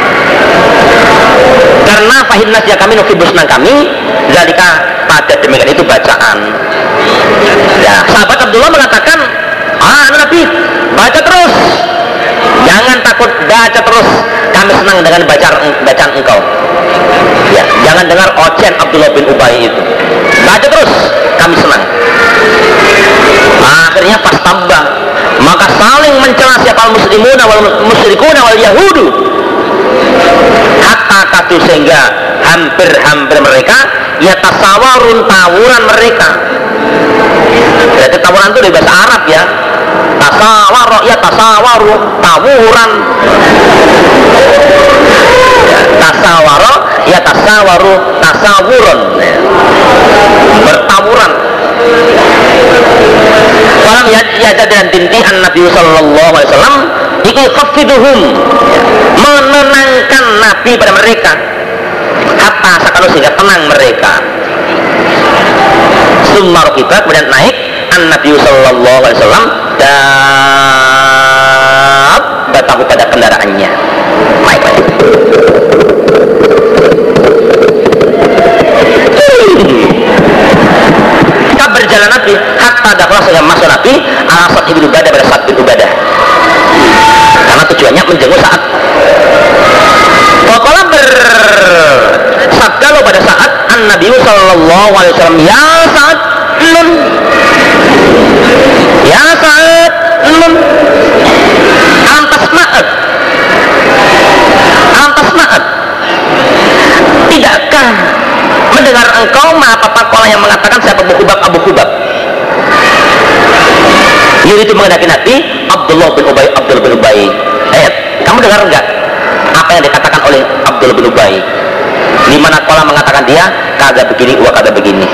karena fahimna dia kami nufibus nang kami zalika, pada demikian itu bacaan. Ya, sahabat Abdullah mengatakan, ah Nabi, baca terus, jangan takut, baca terus, kami senang dengan bacaan bacaan engkau. Ya, jangan dengar ocehan Abdullah bin Ubay itu, baca terus, kami senang. Nah, akhirnya pas tambah, maka saling mencela siapa muslimun wal musyrikun wal yahudu, hatta katu, sehingga hampir-hampir mereka ya tasawarun, tawuran mereka. Jadi tawuran itu dari bahasa Arab ya, tasawar ya tasawaru, tawuran. Tasawaro ya tasawaru, tasawuron, ya. Bertawuran. Walam ya ya dan tinti an Nabi sallallahu alaihi wasallam iku khafiduhum, menenangkan Nabi pada mereka, hatta sakalo sehingga tenang mereka. Summa kita kemudian naik an Nabi sallallahu alaihi wasallam dan batahu pada kendaraannya, naik naik. Kita berjalan Nabi hatta dakhala sehingga masuk Nabi ala Sa'd bin Ubadah, pada Sa'd bin Ubadah, karena tujuannya menjenguk saat. Pokoknya bersabda lo pada saat an Nabi sallallahu alaihi wasallam, ya Sa'd nun, ya Sa'd nun, antas ma'at, antas ma'at, tidakkah mendengar engkau ma apa kola yang mengatakan siapa Abu Hubab Abu Hubab, yaitu itu mengendaki Nabi Abdullah bin Ubay Abdullah bin Ubay. Eh, kamu dengar enggak apa yang dikatakan oleh Abdullah bin Ubay, di mana kola mengatakan dia kada begini wa kada begini,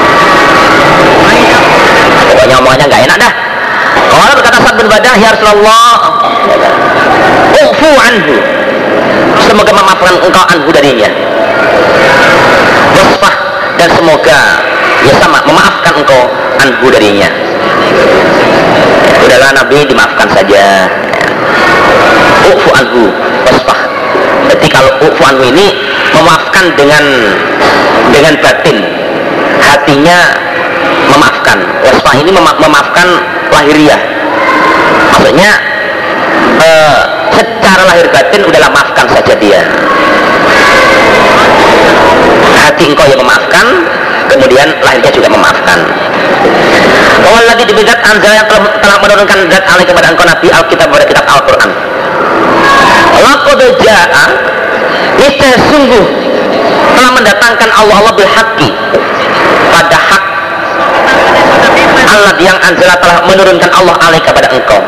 pokoknya omongannya enggak enak dah. Kola berkata Sa'd bin Ubadah, ya Rasulullah, ufu anhu, semoga memaafkan engkau anhu darinya, wasfah, dan semoga ya sama memaafkan engkau anhu darinya. Udahlah Nabi, dimaafkan saja. Ufu anhu wasfah. Jadi kalau ufu anhu ini memaafkan dengan dengan batin, hatinya memaafkan. Wasfah ini mema memaafkan lahiriah. Maksudnya eh, secara lahir batin udahlah maafkan saja dia. Hati engkau yang memaafkan, kemudian lahirnya juga memaafkan. Awal lagi di bidat anzal yang telah, telah menurunkan zat alaih kepada engkau Nabi Alkitab, pada kitab Al-Quran. Laqad ja'a, niscaya sungguh telah mendatangkan Allah Allah bil haqqi, pada hak Allah yang anzal telah menurunkan Allah alaih kepada engkau.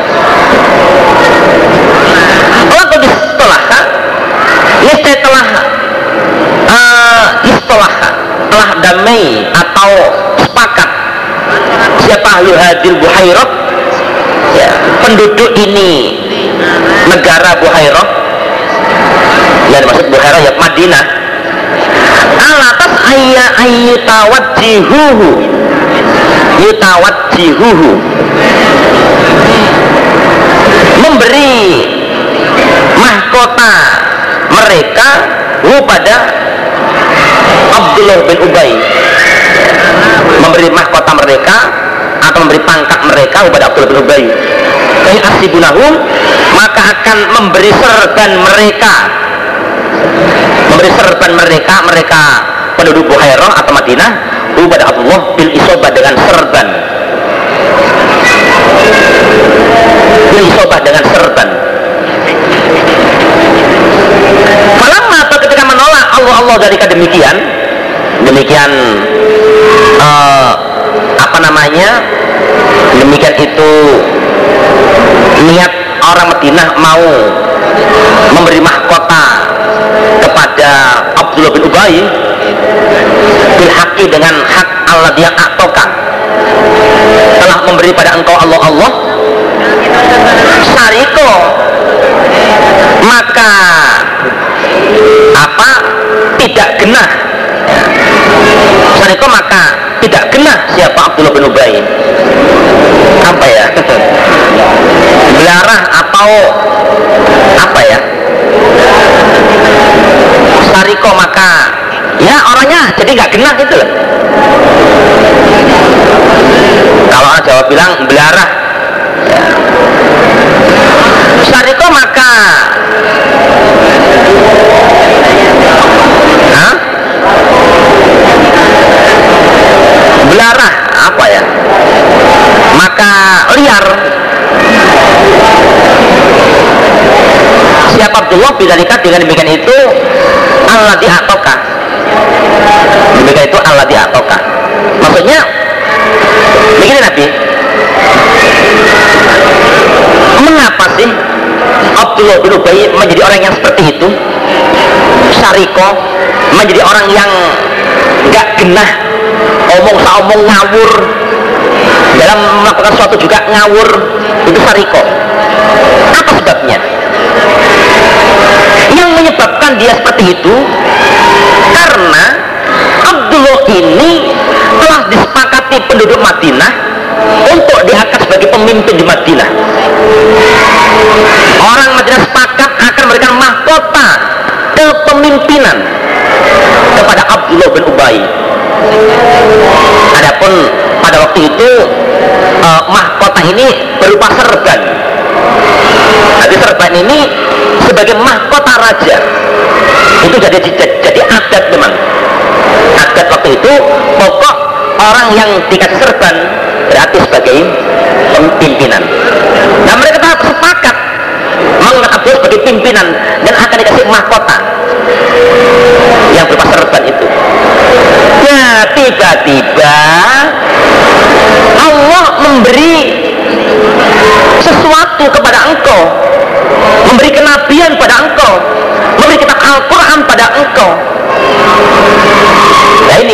Laqad istolaha, niscaya telah uh, istolaha, telah damai atau sepakat siapa ahlu hadil Buhairah, ya, penduduk ini negara Buhairah, yang maksud Buhairah ya Madinah, alatas ayya ayyutawajjihuhu, yutawajjihuhu, memberi mahkota mereka pada Abdullah bin Ubay, memberi mahkota mereka atau memberi pangkat mereka kepada Abdullah bin Ubay. Kayak asibunahum, maka akan memberi serban mereka, memberi serban mereka mereka penduduk Buhairah atau Madinah kepada Abdullah bin Isobah dengan serban, bin Isobah dengan serban. Falamma atau ketika menolak Allah Allah dari demikian demikian uh, apa namanya demikian itu niat orang Madinah mau memberi mahkota kepada Abdullah bin Ubay bil haqqi, dengan hak Allah yang atoka, telah memberi pada engkau Allah Allah sariko, maka genah ya. Sariko maka tidak genah siapa Abdullah bin Ubay. Apa ya? Belarah atau apa ya? Sariko maka ya orangnya jadi nggak genah gitu loh. Kalau orang Jawa bilang belarah ya. Sariko maka Hah? Belarah apa ya? Maka liar. Siapa Abdullah bidzalika dengan demikian itu alladzi atoka. Demikian itu alladzi atoka. Maksudnya begini Nabi. Mengapa sih Abdullah bin Ubay menjadi orang yang seperti itu? Sariko menjadi orang yang gak genah, omong saomong ngawur, dalam melakukan sesuatu juga ngawur. Itu Sariko. Apa sebabnya? Yang menyebabkan dia seperti itu karena Abdullah ini telah disepakati penduduk Madinah untuk diangkat sebagai pemimpin di Madinah. Orang Madinah sepakat akan memberikan mahkota kepemimpinan kepada Abdullah bin Ubay. Adapun pada waktu itu uh, mahkota ini berupa serban. Jadi serban ini sebagai mahkota raja. Itu jadi jadi adat memang. Adat waktu itu pokok orang yang dikasih serban berarti sebagai pimpinan. Nah mereka tetap sepakat mengangkat Abdullah sebagai pimpinan dan akan dikasih mahkota yang berupa serban itu. Nah tiba-tiba Allah memberi sesuatu kepada engkau, memberi kenabian pada engkau, memberi kitab Al-Quran pada engkau. Nah ini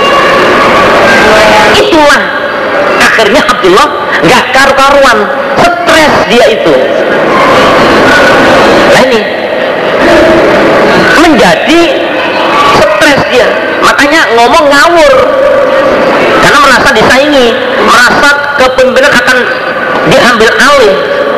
itulah akhirnya Abdullah gak karu-karuan, stres dia itu. Nah ini menjadi stres dia, makanya ngomong ngawur karena merasa disaingi, merasa kepemimpinan akan diambil alih.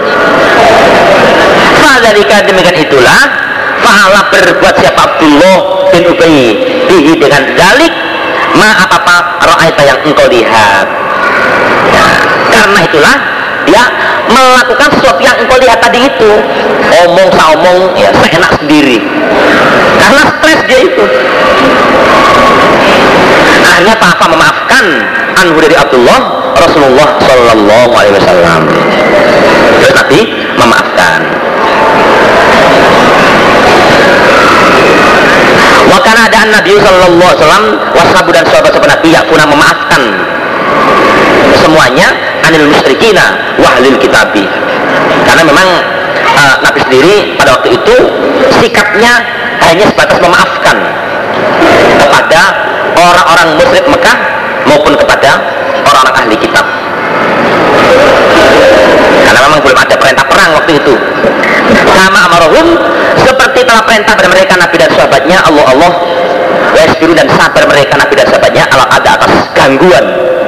Fadzalika demikian itulah fa'ala berbuat siapa Abdullah bin Ubay bihi dengan dalik ma apa-apa ra'aita yang engkau lihat. Ya, karena itulah dia melakukan sesuatu yang engkau lihat tadi itu, omong saomong ya seenak sendiri karena stres dia itu. Akhirnya Ta'afa memaafkan anhu dari Abdullah Rasulullah Sallallahu Alaihi Wasallam. Terus Nabi memaafkan. Wakana ada Nabi Sallallahu Alaihi Wasallam washabu dan sahabat-sahabat Nabi yang pernah memaafkan semuanya anil musyrikina wahlil kitabi. Karena memang uh, Nabi sendiri pada waktu itu sikapnya hanya sebatas memaafkan kepada orang-orang musyrik Mekah maupun kepada orang-orang ahli kitab. Karena memang belum ada perintah perang waktu itu. Sama amarahum seperti telah perintah pada mereka Nabi dan sahabatnya Allah Allah wasbiru dan sabar mereka Nabi dan sahabatnya ala ada atas gangguan.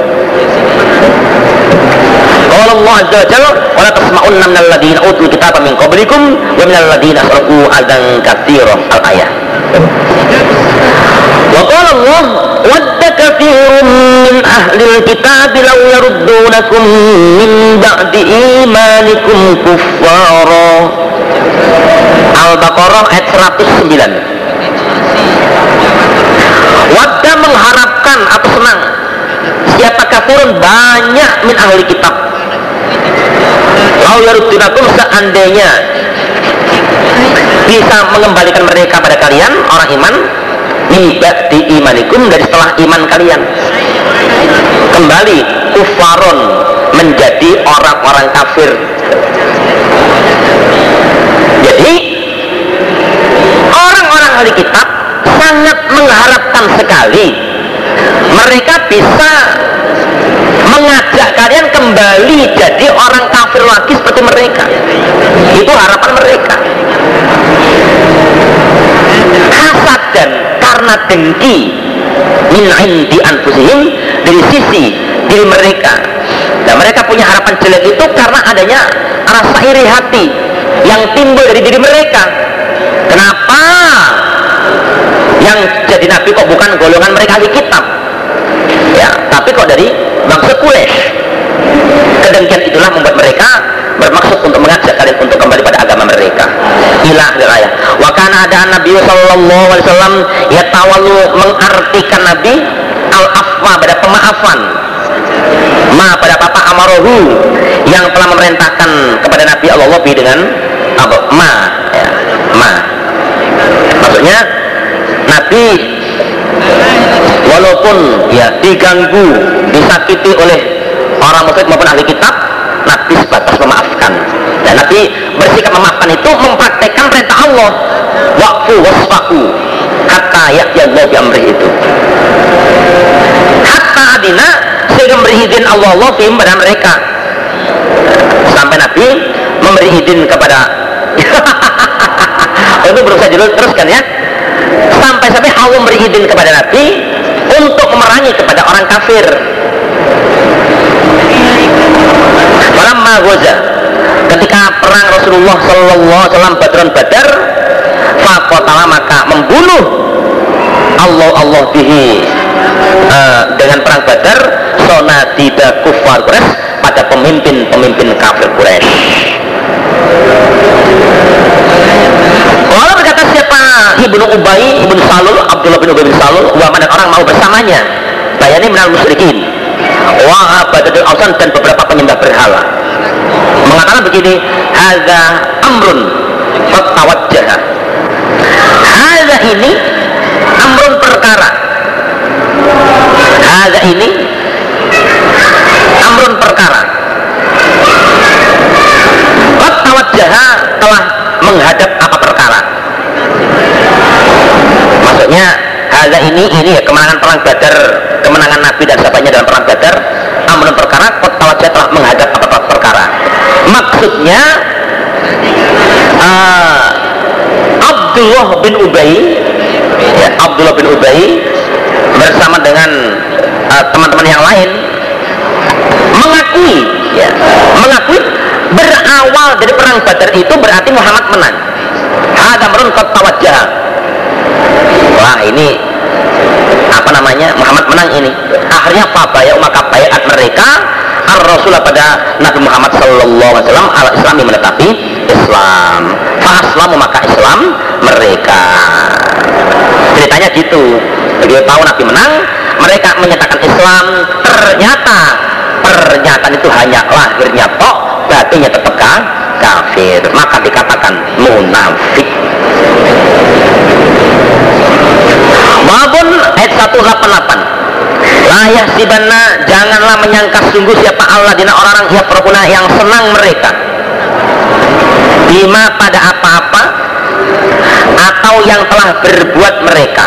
Qala Allah azza wa jalla wa la tasma'unna minal ladzina utul kitaba min qablikum wa minal ladzina asrafu adan katsiran al-ayah. Wa qala Allah wadda katsirun min ahlil kitabi law yaruddunakum min ba'di imanikum kuffara. Al-Baqarah ayat seratus sembilan. Wadda mengharapkan atau senang siapa kafirun banyak min ahli kitab law yaruddunakum seandainya bisa mengembalikan mereka pada kalian orang iman mimba di imanikum dari setelah iman kalian kembali kufaron menjadi orang-orang kafir. Jadi orang-orang ahli kitab sangat mengharapkan sekali mereka bisa mengajak kalian kembali jadi orang kafir lagi seperti mereka. Itu harapan mereka. Hasad dan karena dengki min indi anfusihim, dari sisi diri mereka. Dan mereka punya harapan jelek itu karena adanya rasa iri hati yang timbul dari diri mereka. Kenapa yang jadi nabi kok bukan golongan mereka ahli kitab, ya, tapi kok dari bangsa Quraisy? Kedengkian itulah membuat mereka bermaksud untuk mengajak kalian untuk kembali pada agama mereka. Ilah ayat. Wa kana ada Nabi sallallahu alaihi wasallam yatawallu, mengartikan Nabi al-afwa, pada pemaafan, ma pada papa amarohu, yang telah memerintahkan kepada Nabi Allah lebih dengan apa? Ma, ya, ma. Maksudnya Nabi walaupun ya diganggu, disakiti oleh orang musyrik maupun ahli kitab, Nabi sebatas memaafkan. Dan Nabi bersikap memaafkan itu mempraktekkan perintah Allah, waqfu wasfaku hatta ya'yallahu bi amri, itu hatta adina, sehingga memberi izin Allah Allah fihim, pada mereka, sampai Nabi memberi izin kepada itu berusaha dulu teruskan ya, sampai-sampai Allah memberi izin kepada Nabi untuk memerangi kepada orang kafir. Falamma ghaza, ketika perang Rasulullah sallallahu alaihi wasallam Badran Badar, faqatala, maka membunuh Allah Allah bihi, uh, dengan perang Badar, sonadida kufar Quraisy, pada pemimpin-pemimpin kafir Quraisy. Lalu berkata siapa? Ibnu Ubay, Ibnu Salul, Abdullah bin Ubay bin Salul, wa man, orang mau bersamanya, bayani minal musyrikin, wa abadatul awsan, dan beberapa penyembah berhala, mengatakan begini, hadza amrun qad tawajjaha, hadza ini amrun, perkara, hadza ini amrun, perkara, qad tawajjaha, telah menghadap apa perkara. Maksudnya hadza ini ini ya kemenangan perang Badar, kemenangan Nabi dan sahabatnya dalam perang Badar, amrun, perkara, qad tawajjaha, telah menghadap apa perkara. Maksudnya uh, Abdullah bin Ubay, ya, Abdullah bin Ubay bersama dengan uh, teman-teman yang lain mengakui, ya, mengakui berawal dari perang Badar itu berarti Muhammad menang. Hadza amrun qad tawajjaha. Wah, ini apa namanya, Muhammad menang ini. Akhirnya fabaya, maka bayat mereka ar-Rasul pada Nabi Muhammad sallallahu alaihi wasallam al Islam, menetapi Islam. Faslamu, maka Islam mereka. Ceritanya gitu. Begitu tahu Nabi menang, mereka menyatakan Islam. Ternyata pernyataan itu hanya lahirnya tok, batinnya tetap kafir, maka dikatakan munafik. Wabun ayat seratus delapan puluh delapan. La yahsibanna, janganlah menyangka sungguh siapa Allah dina orang-orang yafrahuna, yang senang mereka, bima, pada apa-apa, atau yang telah berbuat mereka.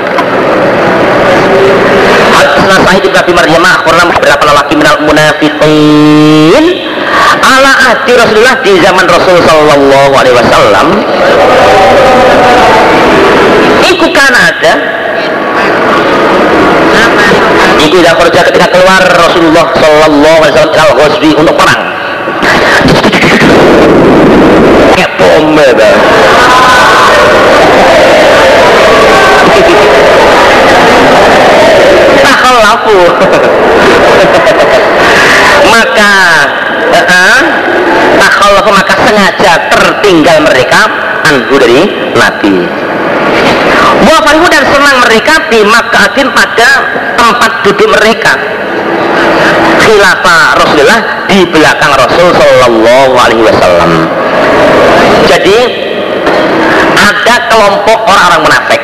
Hadisna Sa'id bin Abi Maryam akhbarana beberapa lelaki minal munafiqin ala ahdi Rasulullah, di zaman Rasul sallallahu alaihi wasallam, iku kan ada iku dah kerja ketika keluar Rasulullah sallallahu alaihi wasallam al ghazwi, untuk perang. Kayak bom ya. Takhallafu. Maka uh, takhallafu, maka sengaja tertinggal mereka anhu, dari Nabi. Wa farihu, dan senang mereka di maq'adin, pada tempat duduk mereka, khilafah Rasulullah, di belakang Rasul sallallahu alaihi wasallam. Jadi ada kelompok orang-orang munafik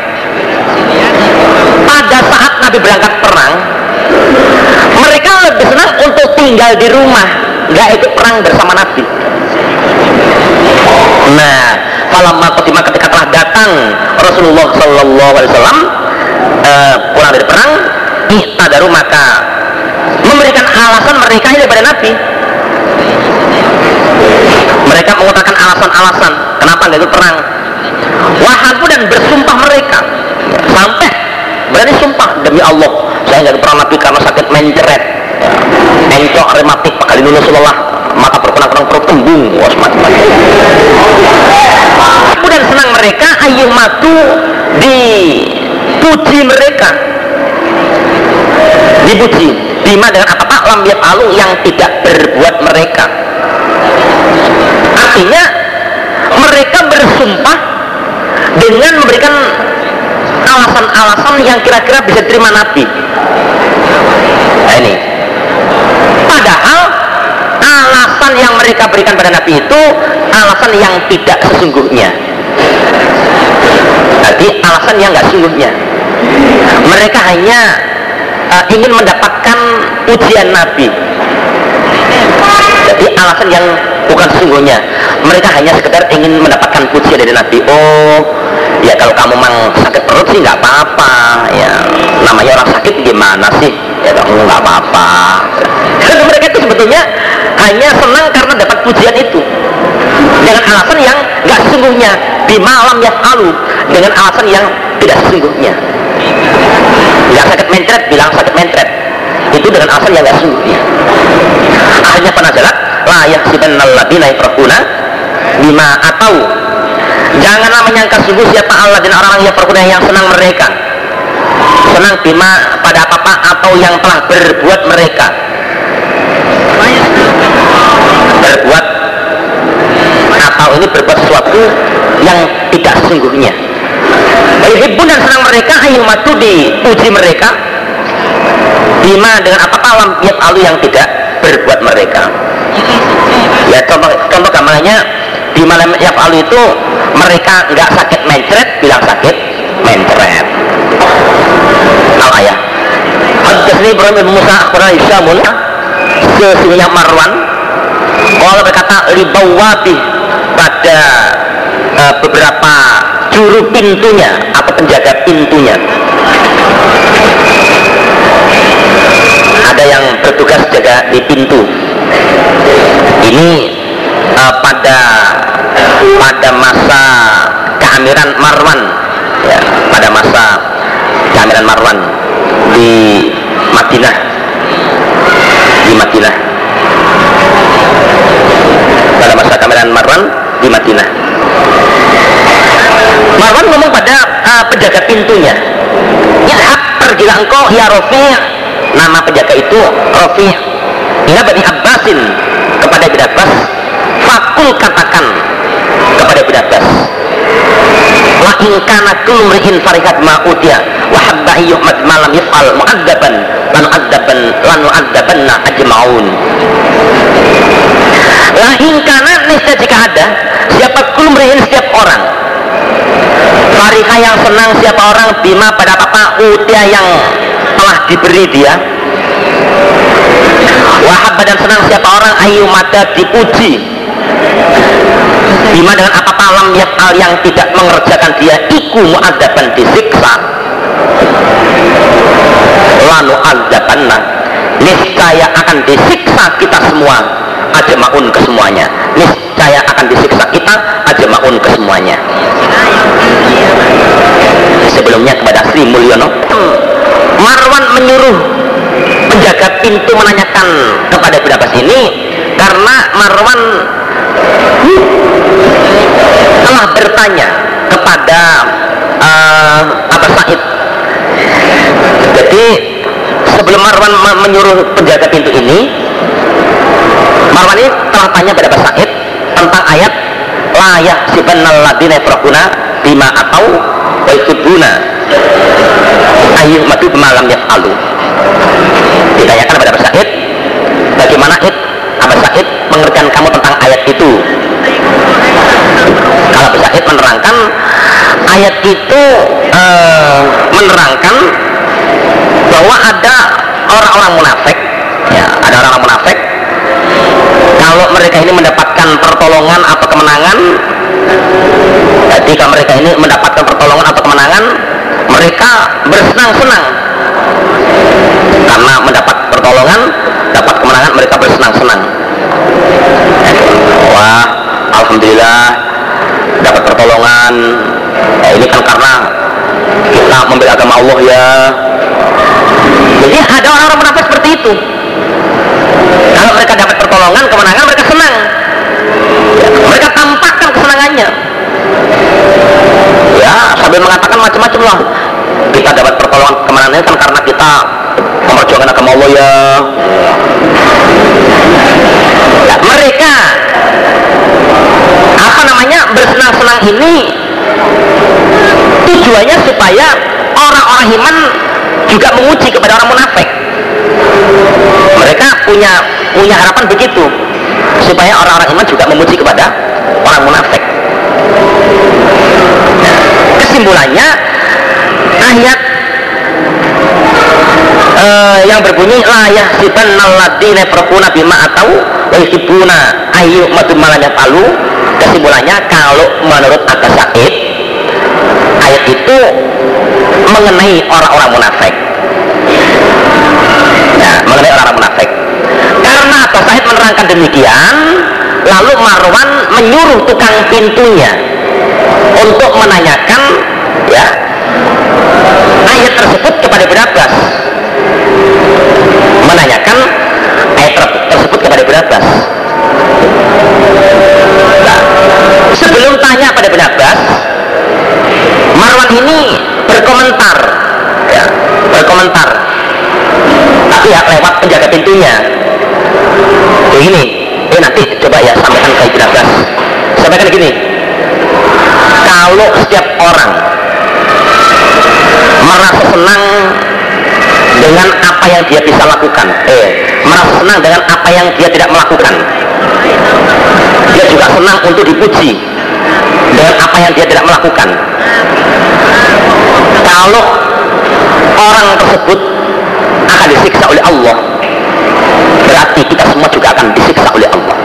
pada saat Nabi berangkat perang, mereka lebih senang untuk tinggal di rumah, nggak ikut perang bersama Nabi. Nah, falamma qadima, ketika telah datang Rasulullah sallallahu alaihi wasallam uh, pulang dari perang, ihtadaru, maka memberikan alasan mereka ini kepada Nabi. Mereka mengutarakan alasan-alasan kenapa nggak ikut perang. Wahabu, dan bersumpah mereka, sampai demi Allah saya nggak perang Nabi karena sakit mencret ya. Encok rematik pakali nulis Rasulullah maka berkenang-kenang perut tembung was macam-macam. Kemudian senang mereka ayuh matu dipuji mereka, dipuji bima dengan apa-apa lam yaf'alu yang tidak berbuat mereka. Artinya mereka bersumpah dengan memberikan alasan-alasan yang kira-kira bisa diterima Nabi. Nah ini padahal alasan yang mereka berikan pada Nabi itu alasan yang tidak sesungguhnya. Jadi alasan yang nggak sesungguhnya. Mereka hanya uh, ingin mendapatkan pujian Nabi. Jadi alasan yang bukan sesungguhnya. Mereka hanya sekedar ingin mendapatkan pujian dari Nabi. Oh, ya kalau kamu mang sakit perut sih nggak apa-apa. Ya, namanya orang sakit gimana sih? Ya kamu nggak apa-apa. Karena mereka itu sebetulnya hanya senang karena dapat pujian itu dengan alasan yang nggak sesungguhnya. Bimalam yaf'alu dengan alasan yang tidak sesungguhnya. Bilang sakit mencret, bilang sakit mencret. Itu dengan alasan yang nggak sesungguhnya. Akhirnya penazalat la yahsibannal ladina yafrahuna bima atau janganlah menyangka sungguh siapa Allah dan orang-orang yang perguna yang senang mereka senang bima pada apa-apa atau yang telah berbuat mereka berbuat atau ini berbuat sesuatu yang tidak sesungguhnya. Ibu dan senang mereka ayumatu dipuji mereka bima dengan apa-apa lam yaf'alu yang tidak berbuat mereka. Ya contoh contoh gambarnya di malam yaf'alu itu mereka nggak sakit mencret bilang sakit mencret. Al-ayah Haddatsani Ibrahim bin Musa akhbarana Hisyamun sesungguhnya Marwan kalau berkata libawabi pada uh, beberapa juru pintunya atau penjaga pintunya ada yang bertugas jaga di pintu ini uh, pada pada masa keamiran Marwan ya, pada masa keamiran Marwan di Madinah di Madinah pada masa keamiran Marwan di Madinah. Marwan ngomong pada uh, penjaga pintunya, ya pergilah engkau ya Rafi', nama penjaga itu Rafi', ila Bani Abbasin kepada Ibn Abbas, fakul katakan kepada Ibn Abbas, wa in kana kullu mri'in farihat ma utiya wa habba yuhmad ma lam yaf'al mu'adzaban lan adzaban lan nu'adzabanna ajma'un. La in kana niscaya jika ada siapa kullu mri'in setiap orang farihah yang senang siapa orang bima pada apa utiya yang telah diberi dia wahab dan senang siapa orang ayu mata dipuji bima dengan apa-apa lam yaf'al yang tidak mengerjakan dia iku mu'adzaban disiksa lanu adzabanna niscaya akan disiksa kita semua ajma'un kesemuanya niscaya akan disiksa kita ajma'un kesemuanya. Sebelumnya kepada Sri Mulyono Marwan menyuruh penjaga pintu menanyakan kepada Ibn Abbas ini karena Marwan telah bertanya kepada uh, Abbas Sa'id. Jadi sebelum Marwan menyuruh penjaga pintu ini, Marwan ini telah tanya pada Abbas Sa'id tentang ayat la yahsibannal ladina yafrahuna bima atau wa yuhibbuna ayyuhmadu bima lam yaf'alu. Ditanyakan kepada Abbas Sa'id, bagaimana it Abbas Sa'id mengerjakan kamu tentang ayat itu? Kalau Abbas Sa'id menerangkan ayat itu eh, menerangkan bahwa ada orang-orang munafik, ya, ada orang-orang munafik. Kalau mereka ini mendapatkan pertolongan atau kemenangan, jadi kalau mereka ini mendapatkan pertolongan atau kemenangan, mereka bersenang-senang karena mendapat pertolongan, dapat kemenangan, mereka bersenang-senang. Wah, alhamdulillah dapat pertolongan. Nah, ini kan karena kita membela agama Allah ya. orang-orang munafik seperti itu. Kalau mereka dapat pertolongan, kemenangan, mereka senang. Ya, mereka tampakkan kesenangannya. Ya, sambil mengatakan macam-macam lah. Kita dapat pertolongan kemenangan kan karena kita memperjuangkan agama Allah ya. Ya, mereka apa namanya bersenang-senang ini tujuannya supaya orang-orang iman juga menguji kepada orang munafik. Mereka punya punya harapan begitu, supaya orang-orang iman juga memuji kepada orang munafik. Nah, kesimpulannya ayat uh, yang berbunyi la yahsibannal ladzina yafrahuna bima atau wa yuhibbuna ayyuhmadu ma lam yafalu. Kesimpulannya kalau menurut Abu Sa'id ayat itu mengenai orang-orang munafik. Nah, mengenai orang-orang munafik. Karena Abu Sa'id menerangkan demikian, lalu Marwan menyuruh tukang pintunya untuk menanyakan ya ayat tersebut kepada Ibnu Abbas. Menanyakan ayat tersebut kepada Ibnu Abbas. Nah, sebelum tanya pada Ibnu Abbas, Marwan ini berkomentar ya, berkomentar tapi ya lewat penjaga pintunya begini, eh nanti coba ya sampaikan ke Ibnu Abbas, sampaikan gini, kalau setiap orang merasa senang dengan apa yang dia bisa lakukan, eh merasa senang dengan apa yang dia tidak melakukan, dia juga senang untuk dipuji dengan apa yang dia tidak melakukan. Kalau orang tersebut akan disiksa oleh Allah, berarti kita semua juga akan disiksa oleh Allah.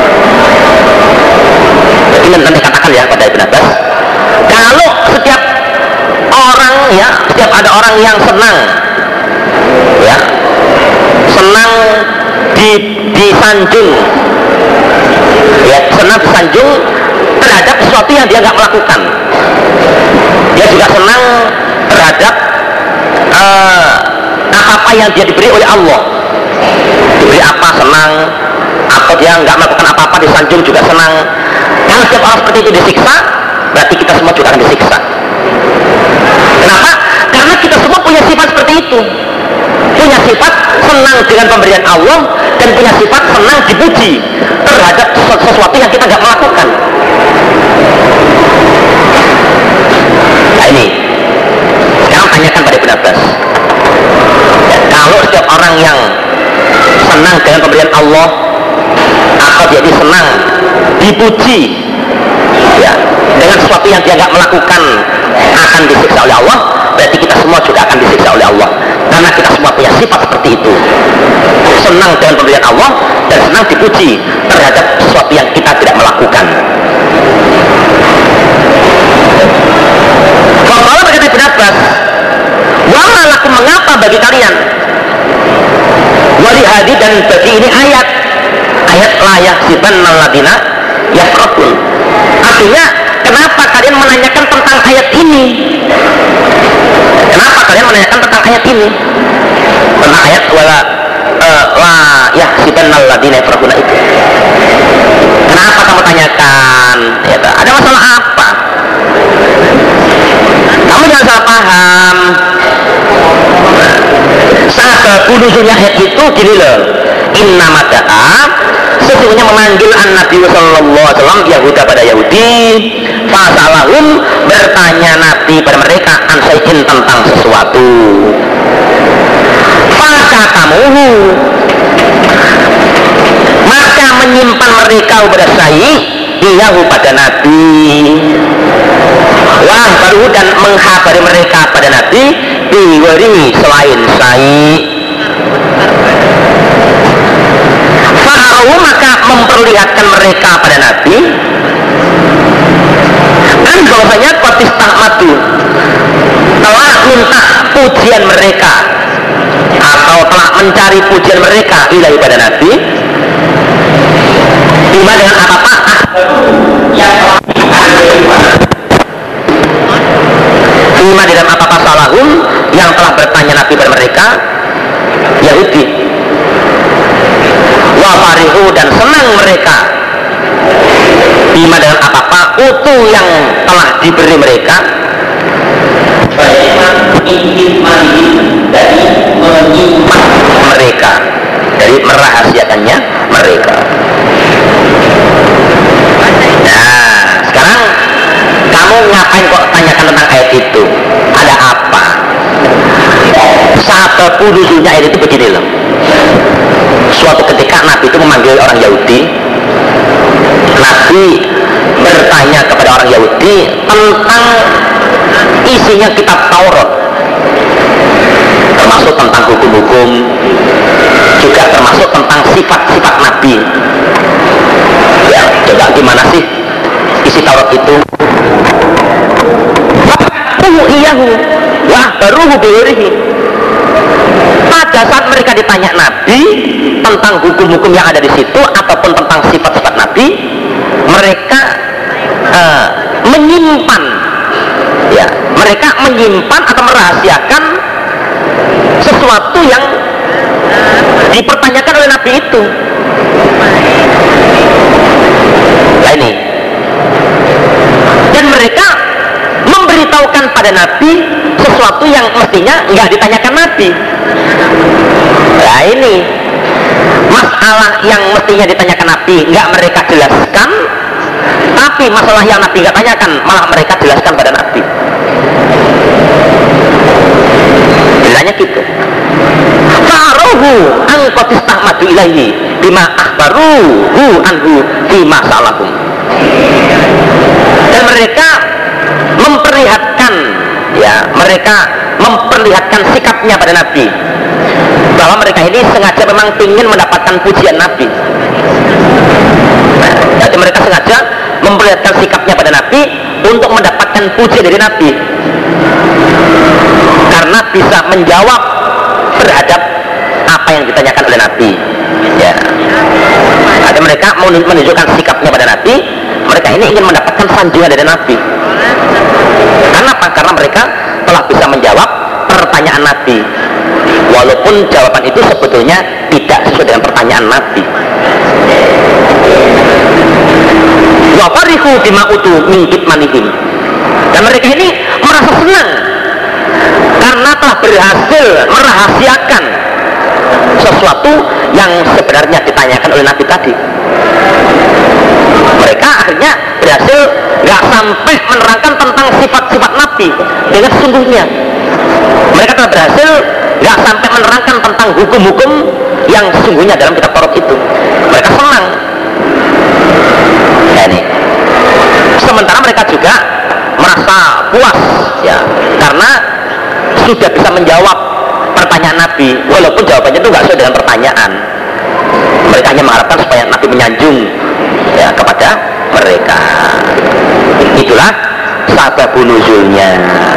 Ini nanti katakan ya pada Ibnu Abbas, kalau setiap orang ya, setiap ada orang yang senang ya, senang di disanjung ya, senang disanjung terhadap sesuatu yang dia nggak melakukan, dia juga senang terhadap uh, apa-apa yang dia diberi oleh Allah, diberi apa senang, atau dia nggak melakukan apa-apa disanjung juga senang. Kalau setiap orang seperti itu disiksa, berarti kita semua juga akan disiksa. Kenapa? Karena kita semua punya sifat seperti itu, punya sifat senang dengan pemberian Allah dan punya sifat senang dipuji terhadap sesuatu yang kita nggak melakukan. Nah ini sekarang tanyakan pada Ibnu Abbas ya, kalau setiap orang yang senang dengan pemberian Allah atau jadi senang dipuji ya dengan sesuatu yang dia nggak melakukan akan disiksa oleh Allah, berarti kita semua juga akan disiksa oleh Allah, karena kita semua punya sifat seperti itu, senang dengan pemberian Allah dan senang dipuji terhadap sesuatu yang kita tidak melakukan. Kalau berkata Ibnu Abbas, wama lakum, mengapa bagi kalian, wali hadi, dan bagi ini ayat ayat la yahsibannal ladzina yafrahun. Artinya kenapa kalian menanyakan tentang ayat ini? Kenapa kalian menanyakan tentang ayat ini? Tentang ayat wala uh, la yahsibannal ladzina yafrahun itu. Kenapa kamu tanyakan? Ya, ada masalah apa? Kamu jangan salah paham. Sahabat nuzulnya ayat itu gini loh. Inna mada'a, sesungguhnya memanggil an-Nabi sallallahu alaihi wasallam Yahuda pada Yahudi, fasalahum, bertanya Nabi pada mereka ansai'in, tentang sesuatu. Fakatamuhu, maka menyimpan mereka pada syai' iyahu, pada Nabi. Wah baru, dan menghabari mereka pada Nabi biwari, selain syai'. Fa'au, maka memperlihatkan mereka pada Nabi kan bahwasanya qatistah madu, telah minta pujian mereka atau telah mencari pujian mereka ilahi pada Nabi, bima, dengan apa-apa yang bima, dengan apa-apa salahum yang telah bertanya Nabi pada mereka Yahudi. Wa farihu, dan senang mereka bima, dengan apa-apa utu yang telah diberi mereka, dari menyimpan mereka, dari merahasiakannya mereka. Nah, sekarang kamu ngapain kok tanyakan tentang ayat itu? Ada apa? Sababu nuzulnya ayat itu begini loh. Suatu ketika Nabi itu memanggil orang Yahudi. Nabi bertanya kepada orang Yahudi tentang isinya kitab Taurat, termasuk tentang hukum-hukum, juga termasuk tentang sifat-sifat Nabi. Ya, coba gimana sih isi Taurat itu? Iyahu, wah baruhu biwirihi. Pada saat mereka ditanya Nabi tentang hukum-hukum yang ada di situ ataupun tentang sifat-sifat Nabi, mereka uh, menyimpan, ya, mereka menyimpan atau merahasiakan sesuatu yang dipertanyakan oleh Nabi itu. Nah ini, dan mereka memberitahukan pada Nabi sesuatu yang mestinya nggak ditanyakan Nabi. Nah ini masalah yang mestinya ditanyakan Nabi nggak mereka jelaskan, tapi masalah yang Nabi nggak tanyakan malah mereka jelaskan pada Nabi. Bilangnya gitu. Faruhu angkotistahmadu ilahi bima akhbaruhu anhu bima salahum. Dan mereka memperlihatkan, ya, mereka memperlihatkan sikapnya pada Nabi, bahwa mereka ini sengaja memang ingin mendapatkan pujian Nabi. Nah, jadi mereka sengaja memperlihatkan sikapnya pada Nabi untuk mendapatkan pujian dari Nabi, karena bisa menjawab terhadap apa yang ditanyakan oleh Nabi. Ya, ada mereka menunjukkan sikapnya pada Nabi. Mereka ini ingin mendapatkan sanjungan dari Nabi. Kenapa? Karena mereka telah bisa menjawab pertanyaan Nabi, walaupun jawaban itu sebetulnya tidak sesuai dengan pertanyaan Nabi. Wa farihu bima utu min kitmanihim. Dan mereka ini merasa senang karena telah berhasil merahasiakan sesuatu yang sebenarnya ditanyakan oleh Nabi tadi. Mereka akhirnya berhasil nggak sampai menerangkan tentang sifat-sifat Nabi dengan sesungguhnya. Mereka telah berhasil nggak sampai menerangkan tentang hukum-hukum yang sesungguhnya dalam kitab Taurat itu. Mereka senang. Ya, ini. Sementara mereka juga merasa puas, ya, karena sudah bisa menjawab pertanyaan Nabi, walaupun jawabannya itu nggak sesuai dengan pertanyaan. Mereka hanya mengharapkan supaya Nabi menyanjung, ya, kepada mereka. Itulah sababun nuzulnya.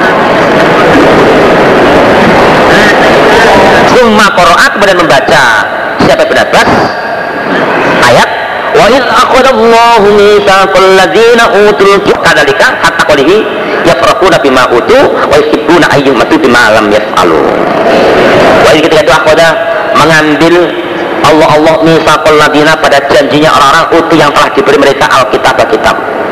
Summa qara'a, kemudian membaca siapa bin Abbas ayat wa in akhadallahu mitsaqal ladzina utul kadzalika hatta qalihi yafrahuna bima utu wa yuhibbuna ayyumatu bima lam yaf'alu. Wa in ketika itu akhada mengambil Allah Allah mitsaqal ladzina, pada janjinya orang-orang utu yang telah diberi mereka alkitab kitab.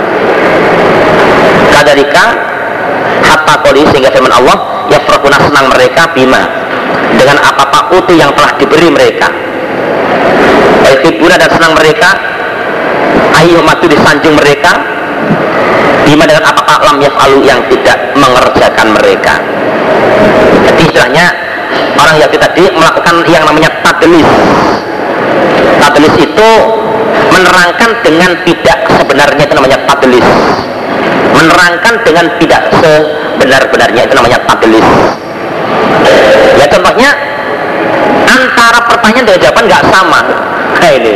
Kadzalika hatta qalihi, sehingga firman Allah yafrahuna, senang mereka bima, dengan apa-apa utu yang telah diberi mereka. Waihibuna, dan senang mereka ayyumatu, disanjung mereka bima, dengan apa-apa lam yaf'alu, yang tidak mengerjakan mereka. Jadi istilahnya orang Yahudi tadi melakukan yang namanya tadlis. Tadlis itu menerangkan dengan tidak sebenarnya, itu namanya tadlis. Menerangkan dengan tidak sebenar-benarnya, itu namanya tadlis. Ya, contohnya antara pertanyaan dan jawaban nggak sama. Nah, ini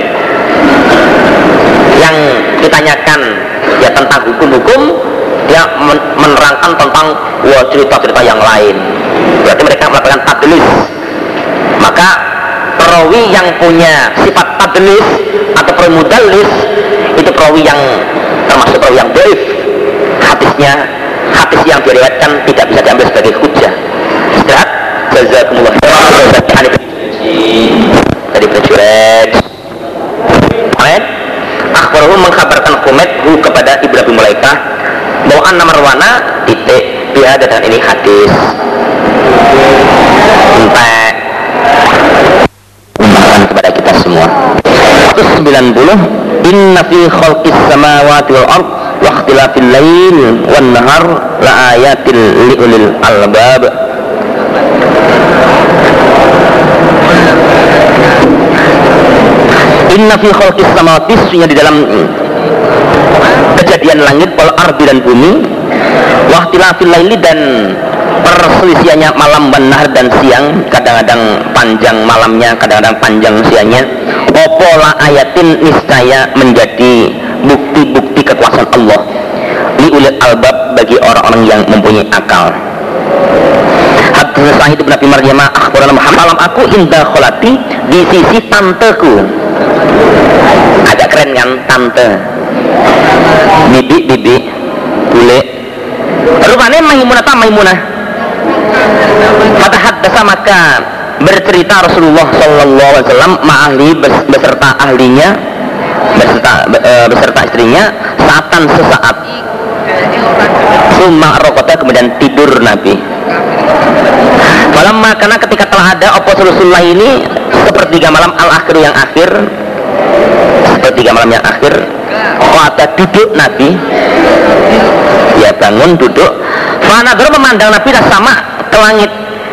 yang ditanyakan ya tentang hukum-hukum, dia menerangkan tentang wah, cerita-cerita yang lain. Berarti mereka melakukan tadlis. Maka perawi yang punya sifat tadlis atau perawi mudallis itu perawi yang termasuk perawi yang dhaif. Hadisnya, hadis yang diriwayatkan tidak bisa diambil sebagai hujjah. Istirahat. Jazakumullah khairan. dari prajurit. Humaid akhbarahu mengkabarkan Humaid hu kepada Ibnu Abi Mulaikah bahwa anna Marwana titik biada dan ini hadis entek umpamaan kepada kita semua. seratus sembilan puluh inna fi khalqis samawati wal ard wa ikhtilafil lail wan nahar la ayatil liulil albab. Inna fi khalqis samawati, sesungguhnya di dalam kejadian langit wal ardi dan bumi, wa ikhtilafil laili dan perselisihannya malam benar dan siang, kadang-kadang panjang malamnya, kadang-kadang panjang siangnya, opola ayatin niscaya menjadi bukti-bukti kekuasaan Allah li ulil albab bagi orang-orang yang mempunyai akal. Hadis Sa'id bin Abi Maryam akhbarana Muhammad malam aku indah kholati di sisi tanteku. Agak keren kan, tante, bibi bibi bule, rupanya Maimunah ta Maimunah. Fatahad dasa maka bercerita Rasulullah Sallallahu Alaihi Wasallam ma'ahli beserta ahlinya beserta, beserta istrinya saatan sesaat. Summa rokota kemudian tidur Nabi. Falamma karena ketika telah ada opo Rasulullah ini sepertiga malam al-akhir yang akhir, sepertiga malam yang akhir, ada duduk Nabi, ya bangun duduk. Fanadhar memandang Nabi sama ke langit.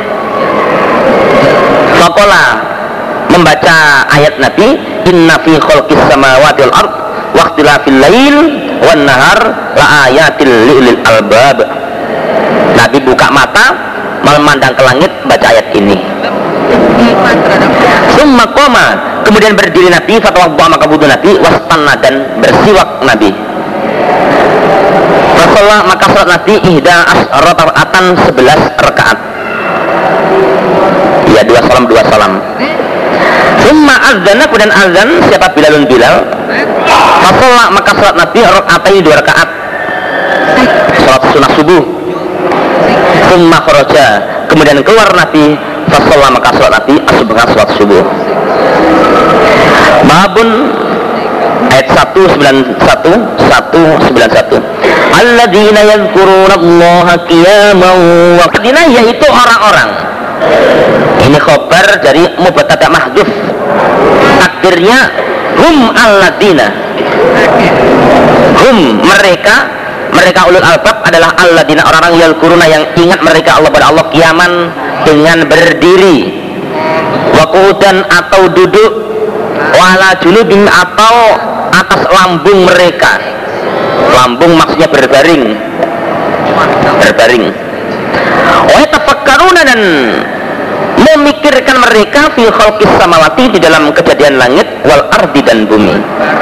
Faqala membaca ayat Nabi, inna fi khalqis samawati wal ard wa ikhtilafil lail wan nahar la ayatil liulil albab. Nabi buka mata memandang ke langit, baca ayat ini. Summa qama, kemudian berdiri Nabi, fatawadda maka wudu Nabi, wastanna dan bersiwak Nabi. Rasulullah maka salat Nabi ihda asyrata rakaatan sebelas rakaat. Ya, dua salam dua salam. Summa azana, kemudian azan siapa Bilalun Bilal. Rasulullah maka salat Nabi rakaatain dua rakaat. Salat sunah subuh. Summa kharaja, kemudian keluar Nabi. Rasulullah maka salat Nabi asubha salat subuh. Babun ayat seratus sembilan puluh satu seratus sembilan puluh satu. Alladzina yadhkurunallaha qiyaman wa qa'udan, yaitu orang-orang. Ini khabar dari mubtada mahdhuf. Takdirnya hum alladzina. Hum mereka, mereka ulul albab adalah alladzina orang-orang yadhkuruna yang ingat mereka Allah pada Allah qiyaman dengan berdiri, wa qu'udan atau duduk, wala junubin atau atas lambung mereka. Lambung maksudnya berbaring, berbaring. Wa yatafakkaruna, dan memikirkan mereka fi khalqis samawati, di dalam kejadian langit, wal ardi dan bumi.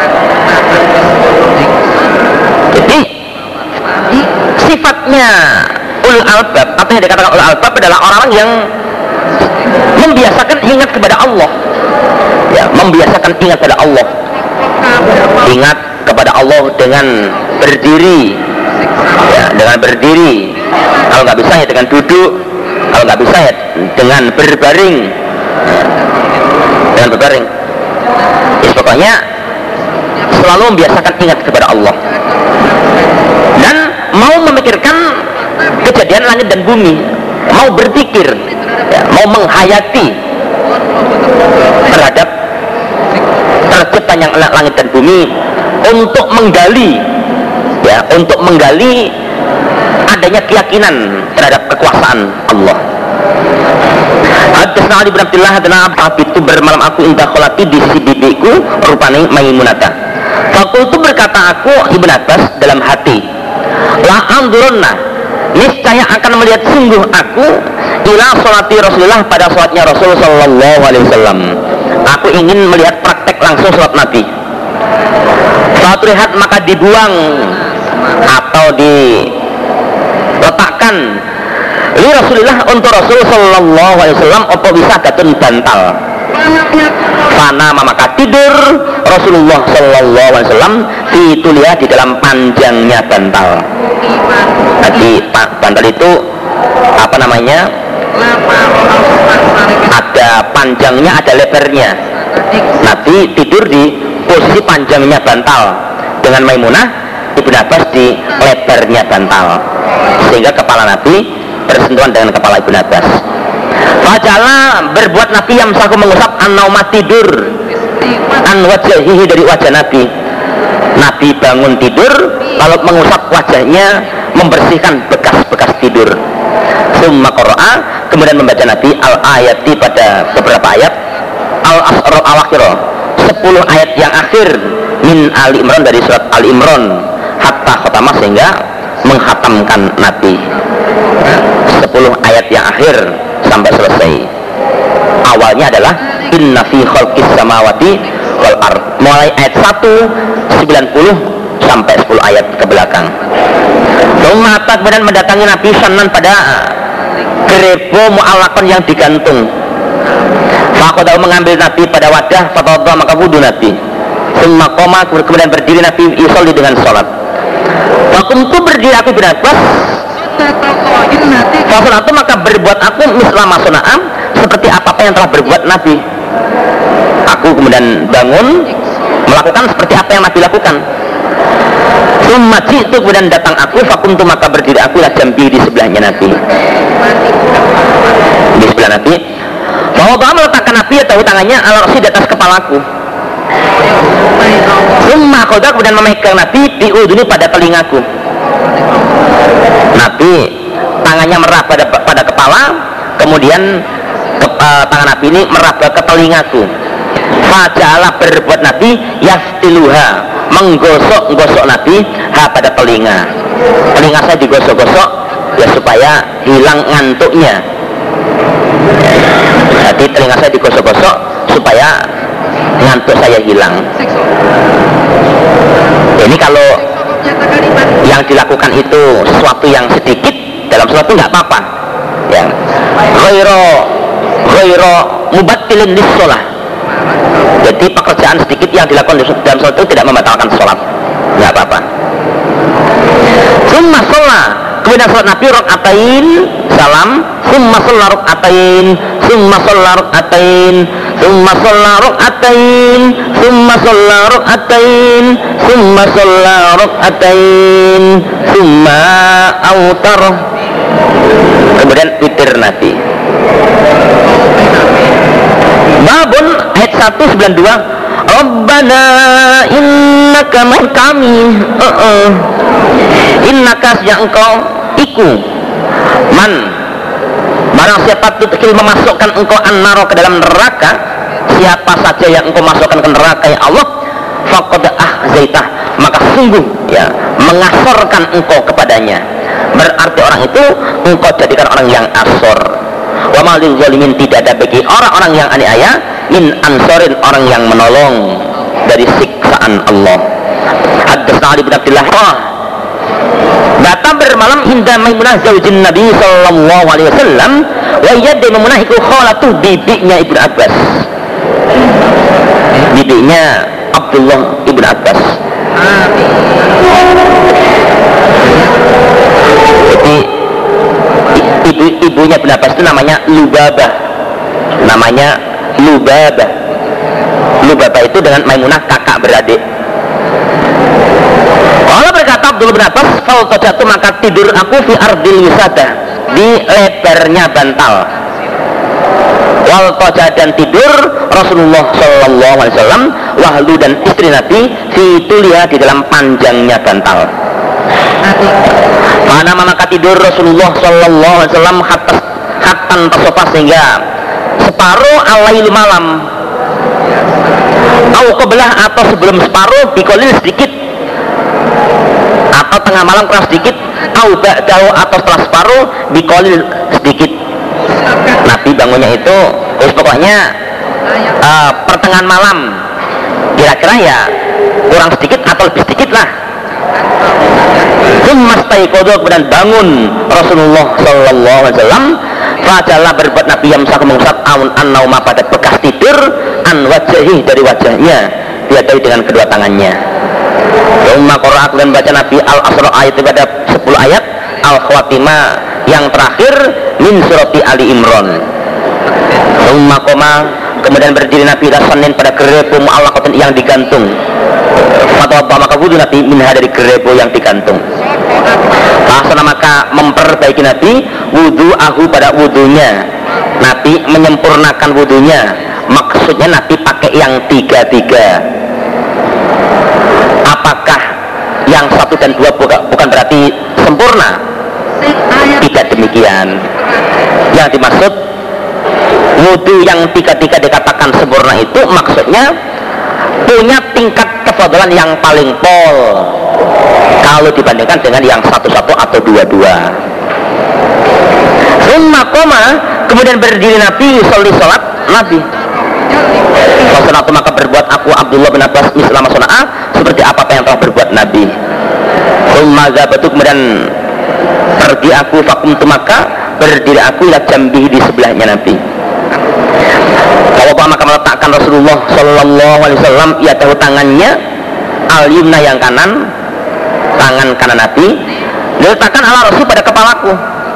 Jadi sifatnya ul albab, apa yang dikatakan ul albab adalah orang-orang yang membiasakan ingat kepada Allah, ya, membiasakan ingat kepada Allah, ingat kepada Allah dengan berdiri, ya, dengan berdiri. Kalau nggak bisa ya dengan duduk, kalau nggak bisa ya dengan berbaring, ya, dengan berbaring. Ya, pokoknya selalu membiasakan ingat kepada Allah dan mau memikirkan kejadian langit dan bumi, mau berpikir, ya, mau menghayati terhadap terciptanya langit dan bumi, untuk menggali, ya, untuk menggali adanya keyakinan terhadap kekuasaan Allah. Hadisna Ali bin Abdullah dan Abad itu bermalam aku indah kholati di sisi bibiku rupane Maimunata. Fakultu berkata aku Ibn Abbas dalam hati, la andurunna, niscaya akan melihat sungguh aku ila sholati Rasulullah, pada sholatnya Rasul Sallallahu Alaihi Wasallam. Aku ingin melihat praktek langsung sholat Nabi. Suatu lihat maka dibuang atau diletakkan li Rasulullah untuk Rasul Sallallahu Alaihi Wasallam apa bisa datun bantal. Fana maka tidur Rasulullah Sallallahu Alaihi Wasallam itu lihat di dalam panjangnya bantal. Jadi bantal itu apa namanya? ada panjangnya, ada lebarnya. Nabi tidur di posisi panjangnya bantal, dengan Maimunah Ibnu Abbas di lebarnya bantal, sehingga kepala Nabi bersentuhan dengan kepala Ibnu Abbas. Fajala berbuat Nabi yang saku mengusap an-nauma tidur an wajahihi dari wajah Nabi. Nabi bangun tidur lalu mengusap wajahnya, membersihkan bekas-bekas tidur. Summa qara'a, kemudian membaca Nabi al-ayati pada beberapa ayat, al-asr al-akhir, sepuluh ayat yang akhir min Ali Imran, dari surat Ali Imran, hatta khatama, sehingga menghatamkan Nabi sepuluh ayat yang akhir sampai selesai. Awalnya adalah inna fi khalqis samawati wal ard, mulai ayat satu sembilan puluh sampai sepuluh ayat ke belakang. Lalu kemudian mendatangi Nabi sanan pada gerebo mu'allakon yang digantung. Fakodah mengambil Nabi pada wadah, fatadha maka wudu Nabi. Summa qoma, kemudian berdiri Nabi yusolli dengan sholat. Wakumtu berdiri aku bin Abbas, fasolatu maka berbuat aku misla masuna'am, seperti apa-apa yang telah berbuat Nabi. Aku kemudian bangun melakukan seperti apa yang Nabi lakukan. Summa ji'tu, kemudian datang aku, fakumtu maka berdiri aku lah jambi di sebelahnya Nabi, di sebelah Nabi. Bahwa bahwa meletakkan Nabi atau tangannya al-rasi di atas kepalaku. Summa khoda, kemudian memegang Nabi di udhuni pada telingaku. Nabi tangannya meraba pada, pada kepala, kemudian ke, uh, tangan Nabi ini meraba ke telingaku. Faja'ala berbuat Nabi yastiluha, menggosok-gosok Nabi ha pada telinga. Telinga saya digosok-gosok ya supaya hilang ngantuknya. Jadi telinga saya digosok-gosok supaya ngantuk saya hilang. Ini kalau yang dilakukan itu sesuatu yang sedikit dalam sholat itu nggak apa-apa. Yang ghairo ghairo mubattilin lis-shalah. Jadi pekerjaan sedikit yang dilakukan dalam sholat itu tidak membatalkan sholat, nggak apa-apa. Summa sholat, kemudian sholat Nabi rakaatain salam, summa sholat rakaatain, summa sholat rakaatain, summa sholat rakaatain, summa sholat rakaatain, summa sholat rakaatain, summa autar, kemudian witir Nabi. Babun ayat seratus sembilan puluh dua, Rabbana innaka man kami uh -uh. innaka yang engkau iku man barang siapa tutkil memasukkan engkau an-naro ke dalam neraka, siapa saja yang engkau masukkan ke neraka ya Allah, faqad ahzaitah, maka sungguh ya mengasorkan engkau kepadanya. Berarti orang itu engkau jadikan orang yang asor. Wa malil zalimin, tidak ada bagi orang-orang yang aniaya min ansorin, orang yang menolong dari siksaan Allah. Haddatsana Ali bin Abdullah datang bermalam hinda Maimunah zaujin Nabi sallallahu alaihi wasallam wa yadda Maimunah iku khalatu bibinya Ibnu Abbas, bibinya Abdullah Ibnu Abbas. Jadi ibu ibunya Ibnu Abbas itu namanya Lubabah, namanya Lubabah. Lubabah itu dengan Maimunah kakak beradik. Kalau berkata Abdullah bin Abbas, faltajatu maka tidur aku fi ardil wisada, di lebarnya bantal. Wal toja, dan tidur Rasulullah Sallallahu Alaihi Wasallam wahlu dan istri Nabi fi tuliha, di dalam panjangnya bantal. Mana maka tidur Rasulullah Sallallahu Alaihi Wasallam hatta hatan tasofa, sehingga separuh alail malam, au kebelah atau sebelum separuh, bikolil sedikit, atau tengah malam keras sedikit, au ba'dahu atau setelah separuh, bikolil sedikit. Nabi bangunnya itu terus pokoknya uh, pertengahan malam, kira-kira ya kurang sedikit atau lebih sedikit lah. Tsumastaiqadha, kemudian bangun Rasulullah Sallallahu Alaihi Wasallam. Fajalla, berbuat Nabi yang bisa mengusap aun an-nauma, pada bekas tidur, an wajhi, dari wajahnya, diadai dengan kedua tangannya. Umma qara'a, dan baca Nabi al-asra, ayat pada sepuluh ayat, al-khawatimah yang terakhir min surati Ali Imran, Summa koma, kemudian berdiri Nabi rasanin pada gerepo mu'allaqatin yang digantung. Fatwa maka wudhu Nabi minha dari gerepo yang digantung. Fasana maka memperbaiki Nabi wudhu ahu pada wudhunya. Nabi menyempurnakan wudhunya. Maksudnya Nabi pakai yang tiga-tiga. Apakah yang satu dan dua bukan berarti sempurna? Tidak demikian. Yang dimaksud wudhu yang tiga-tiga dikatakan sempurna itu maksudnya punya tingkat kefadalan yang paling pol kalau dibandingkan dengan yang satu-satu atau dua-dua. Summa koma, kemudian berdiri Nabi sholli sholat Nabi. Wasalatu maka berbuat aku Abdullah bin Abbas mislam suna'ah seperti apa yang telah berbuat Nabi. Summa zabatu, kemudian pergi aku fakumtu maka berdiri aku ila jambihi di sebelahnya Nabi. Kalau maka meletakkan Rasulullah Sallallahu Alaihi Wasallam ia tahu tangannya al-yumna yang kanan, tangan kanan Nabi diletakkan ala Rasul pada kepalaku.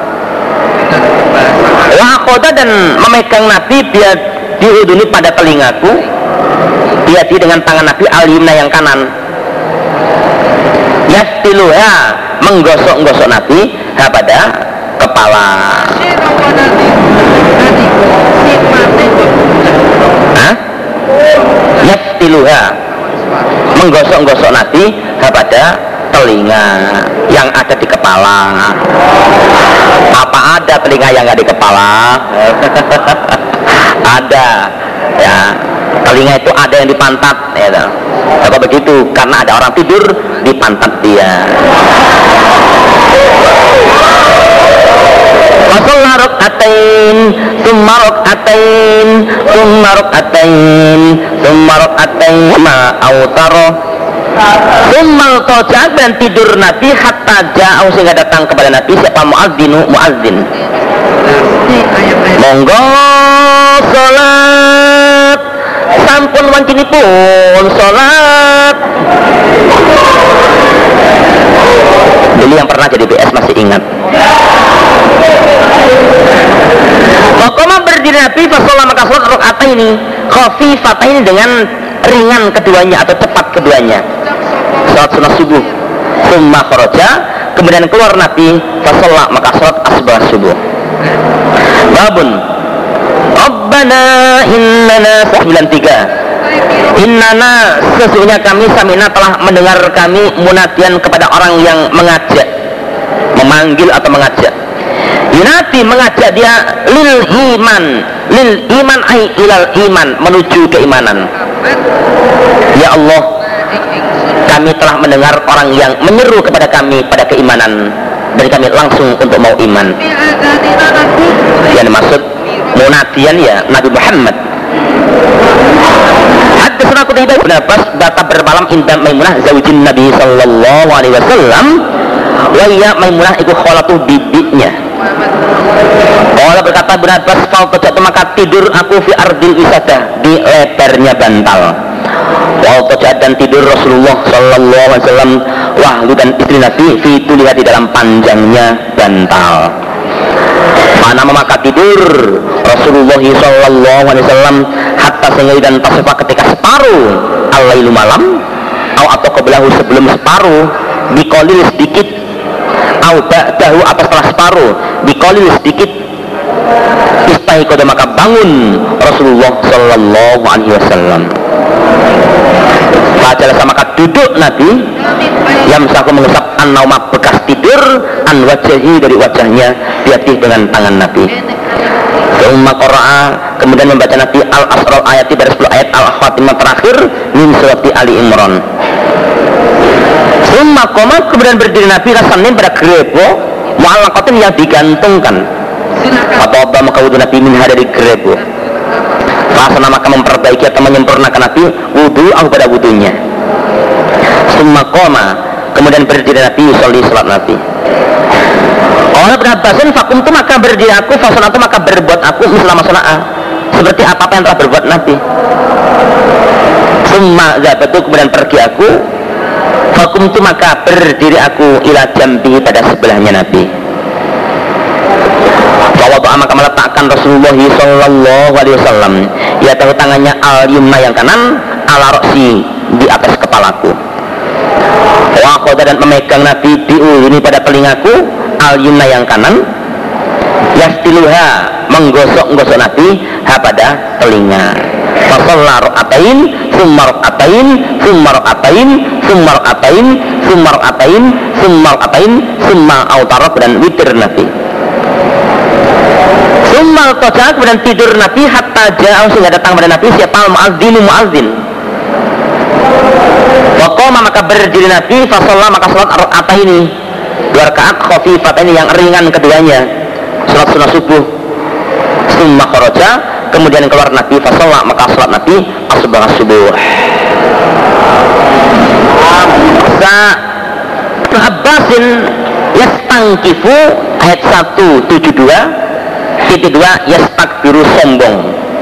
Wakoda dan memegang Nabi dia diuduni pada telingaku, dia di dengan tangan Nabi al-yumna yang kanan. Yastiluha menggosok-gosok Nabi ha pada kepala. Hah? Yastiluha menggosok-gosok Nabi pada telinga yang ada di kepala. Apa ada telinga yang ada di kepala? Ada ya, telinga itu ada yang di pantat ya. Apa begitu? Karena ada orang tidur di pantat dia. Fasallah rak'atain, tsumma rak'atain, tsumma rak'atain, tsumma rak'atain ma autaro. Tsumma toja dan tidur Nabi hatta ja'au sehingga datang kepada Nabi siapa muazzinu muazzin. Monggo salat sampun wancinipun salat. Dulu yang pernah jadi B S masih ingat. Wakoma berdiri Nabi fasolah maka sholat rakaat ini khafifat ini dengan ringan keduanya atau cepat keduanya. Sholat sunnah subuh. Summa kharaja, kemudian keluar Nabi fasolah maka sholat asbah subuh. Babun Rabbana innana sembilan puluh tiga Innana sesungguhnya kami samina telah mendengar kami munadian kepada orang yang mengajak, memanggil atau mengajak. Yunati mengajak dia lil iman, lil iman ay ilal iman, menuju keimanan. Ya Allah, kami telah mendengar orang yang menyeru kepada kami pada keimanan dan kami langsung untuk mau iman. Yang dimaksud munadian ya Nabi Muhammad. Haddatsana Qutaibah bin Abbas bata bermalam inda Maimunah zaujin Nabi sallallahu alaihi wasallam wa ya Maimunah iku kholatu bibinya. Allah berkata bin Abbas fal tajatu maka tidur aku fi ardil wisada di lebarnya bantal. Wal tajat dan tidur Rasulullah sallallahu alaihi wasallam wahlu dan istri Nabi fi tulihat di dalam panjangnya bantal. Mana maka tidur Rasulullah sallallahu alaihi wasallam hatta sehingga dan tasfa ketika separuh al-lailu malam atau kebelahu sebelum separuh biqalil sedikit au ba'dahu apa setelah separuh biqalil sedikit istaiqadha maka bangun Rasulullah sallallahu alaihi wasallam. Fajar sama maka duduk Nabi yang saku mengusap an-nauma bekas tidur an wajahi dari wajahnya diatih dengan tangan Nabi. Umma qara'a kemudian membaca Nabi al-asral ayati dari sepuluh ayat al-khatimah terakhir min surat Ali Imran. Umma qoma kemudian berdiri Nabi rasanin pada grebo mu'allaqatin yang digantungkan atau apa maka wudhu Nabi minha dari grebo. Fasana maka memperbaiki atau menyempurnakan Nabi wudhu aku pada wudhunya. Summa qoma kemudian berdiri Nabi sholli salat Nabi. Allah berabbasin fakum tu maka berdiri aku fasana tu maka berbuat aku misalama suna'ah seperti apa apa yang telah berbuat Nabi. Summa zabatu kemudian pergi aku fakum tu maka berdiri aku ila jambi pada sebelahnya Nabi. Bahwa Wadah maka meletakkan Rasulullah Sallallahu Alaihi Wasallam ya tahu tangannya al yumna yang kanan ala roksi di atas kepalaku. Wa khoda dan memegang Nabi biu ini pada telingaku al yumna yang kanan yastiluha menggosok-gosok Nabi ha pada telinga. Fasalla rakatain summa rakatain summa rakatain summa rakatain summa rakatain summa rakatain summa autarab dan witir Nabi. Summa al-qajak dan tidur Nabi hatta jauh sehingga datang pada Nabi siapa al-mu'adzinu mu'adzin. Wa qama maka berdiri Nabi fasalla maka salat rakaataini dua rakaat khafifataini yang ringan keduanya salat sunah subuh. Summa kharaja kemudian keluar Nabi fasalla maka salat Nabi asbah subuh. Sa Abbasin yastangkifu ayat seratus tujuh puluh dua titik dua yastakbiru sombong.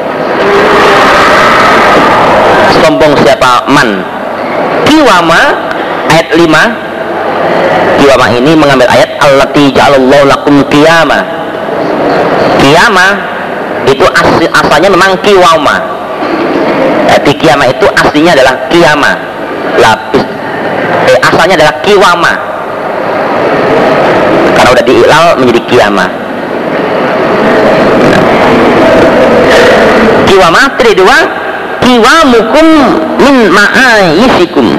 Sombong siapa? Man. Kiwama ayat lima. Kiwama ini mengambil ayat allati ja'alallahu lakum qiyama. Qiyama itu asli, asalnya memang kiwama. Jadi kiama itu aslinya adalah kiama. Lapis. Eh, asalnya adalah kiwama. Karena udah diilal menjadi kiama. Kiwama kedua kiwamukum min ma'ayisikum.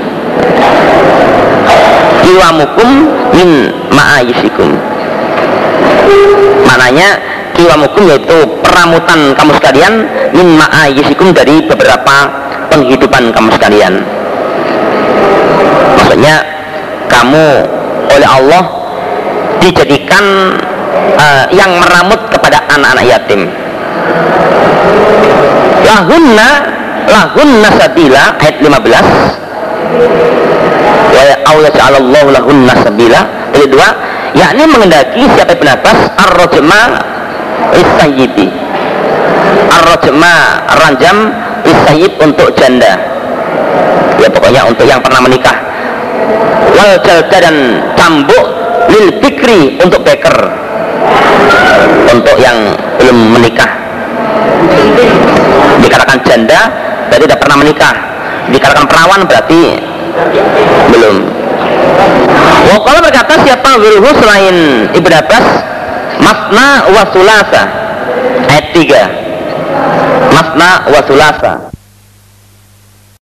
Kiwamukum min ma'ayisikum. Maknanya kiwamukum yaitu peramutan kamu sekalian min ma'ayisikum dari beberapa penghidupan kamu sekalian. Maksudnya kamu oleh Allah dijadikan uh, yang meramut kepada anak-anak yatim. Lahunna lahunna sabila ayat lima belas. Wa ya'allallahu lahunna sabila ayat dua, yakni mengendaki siapa penafas ar-rajma is-sayyibi. Ar-rajma ranjam is-sayyib untuk janda. Ya pokoknya untuk yang pernah menikah. Wal jalda dan cambuk lil fikri untuk beker. Untuk yang belum menikah. Dikatakan janda berarti sudah pernah menikah, dikatakan perawan berarti belum. Wakala berkata siapa wiruhu selain Ibnu Abbas masna wa sulasa ayat tiga masna wa sulasa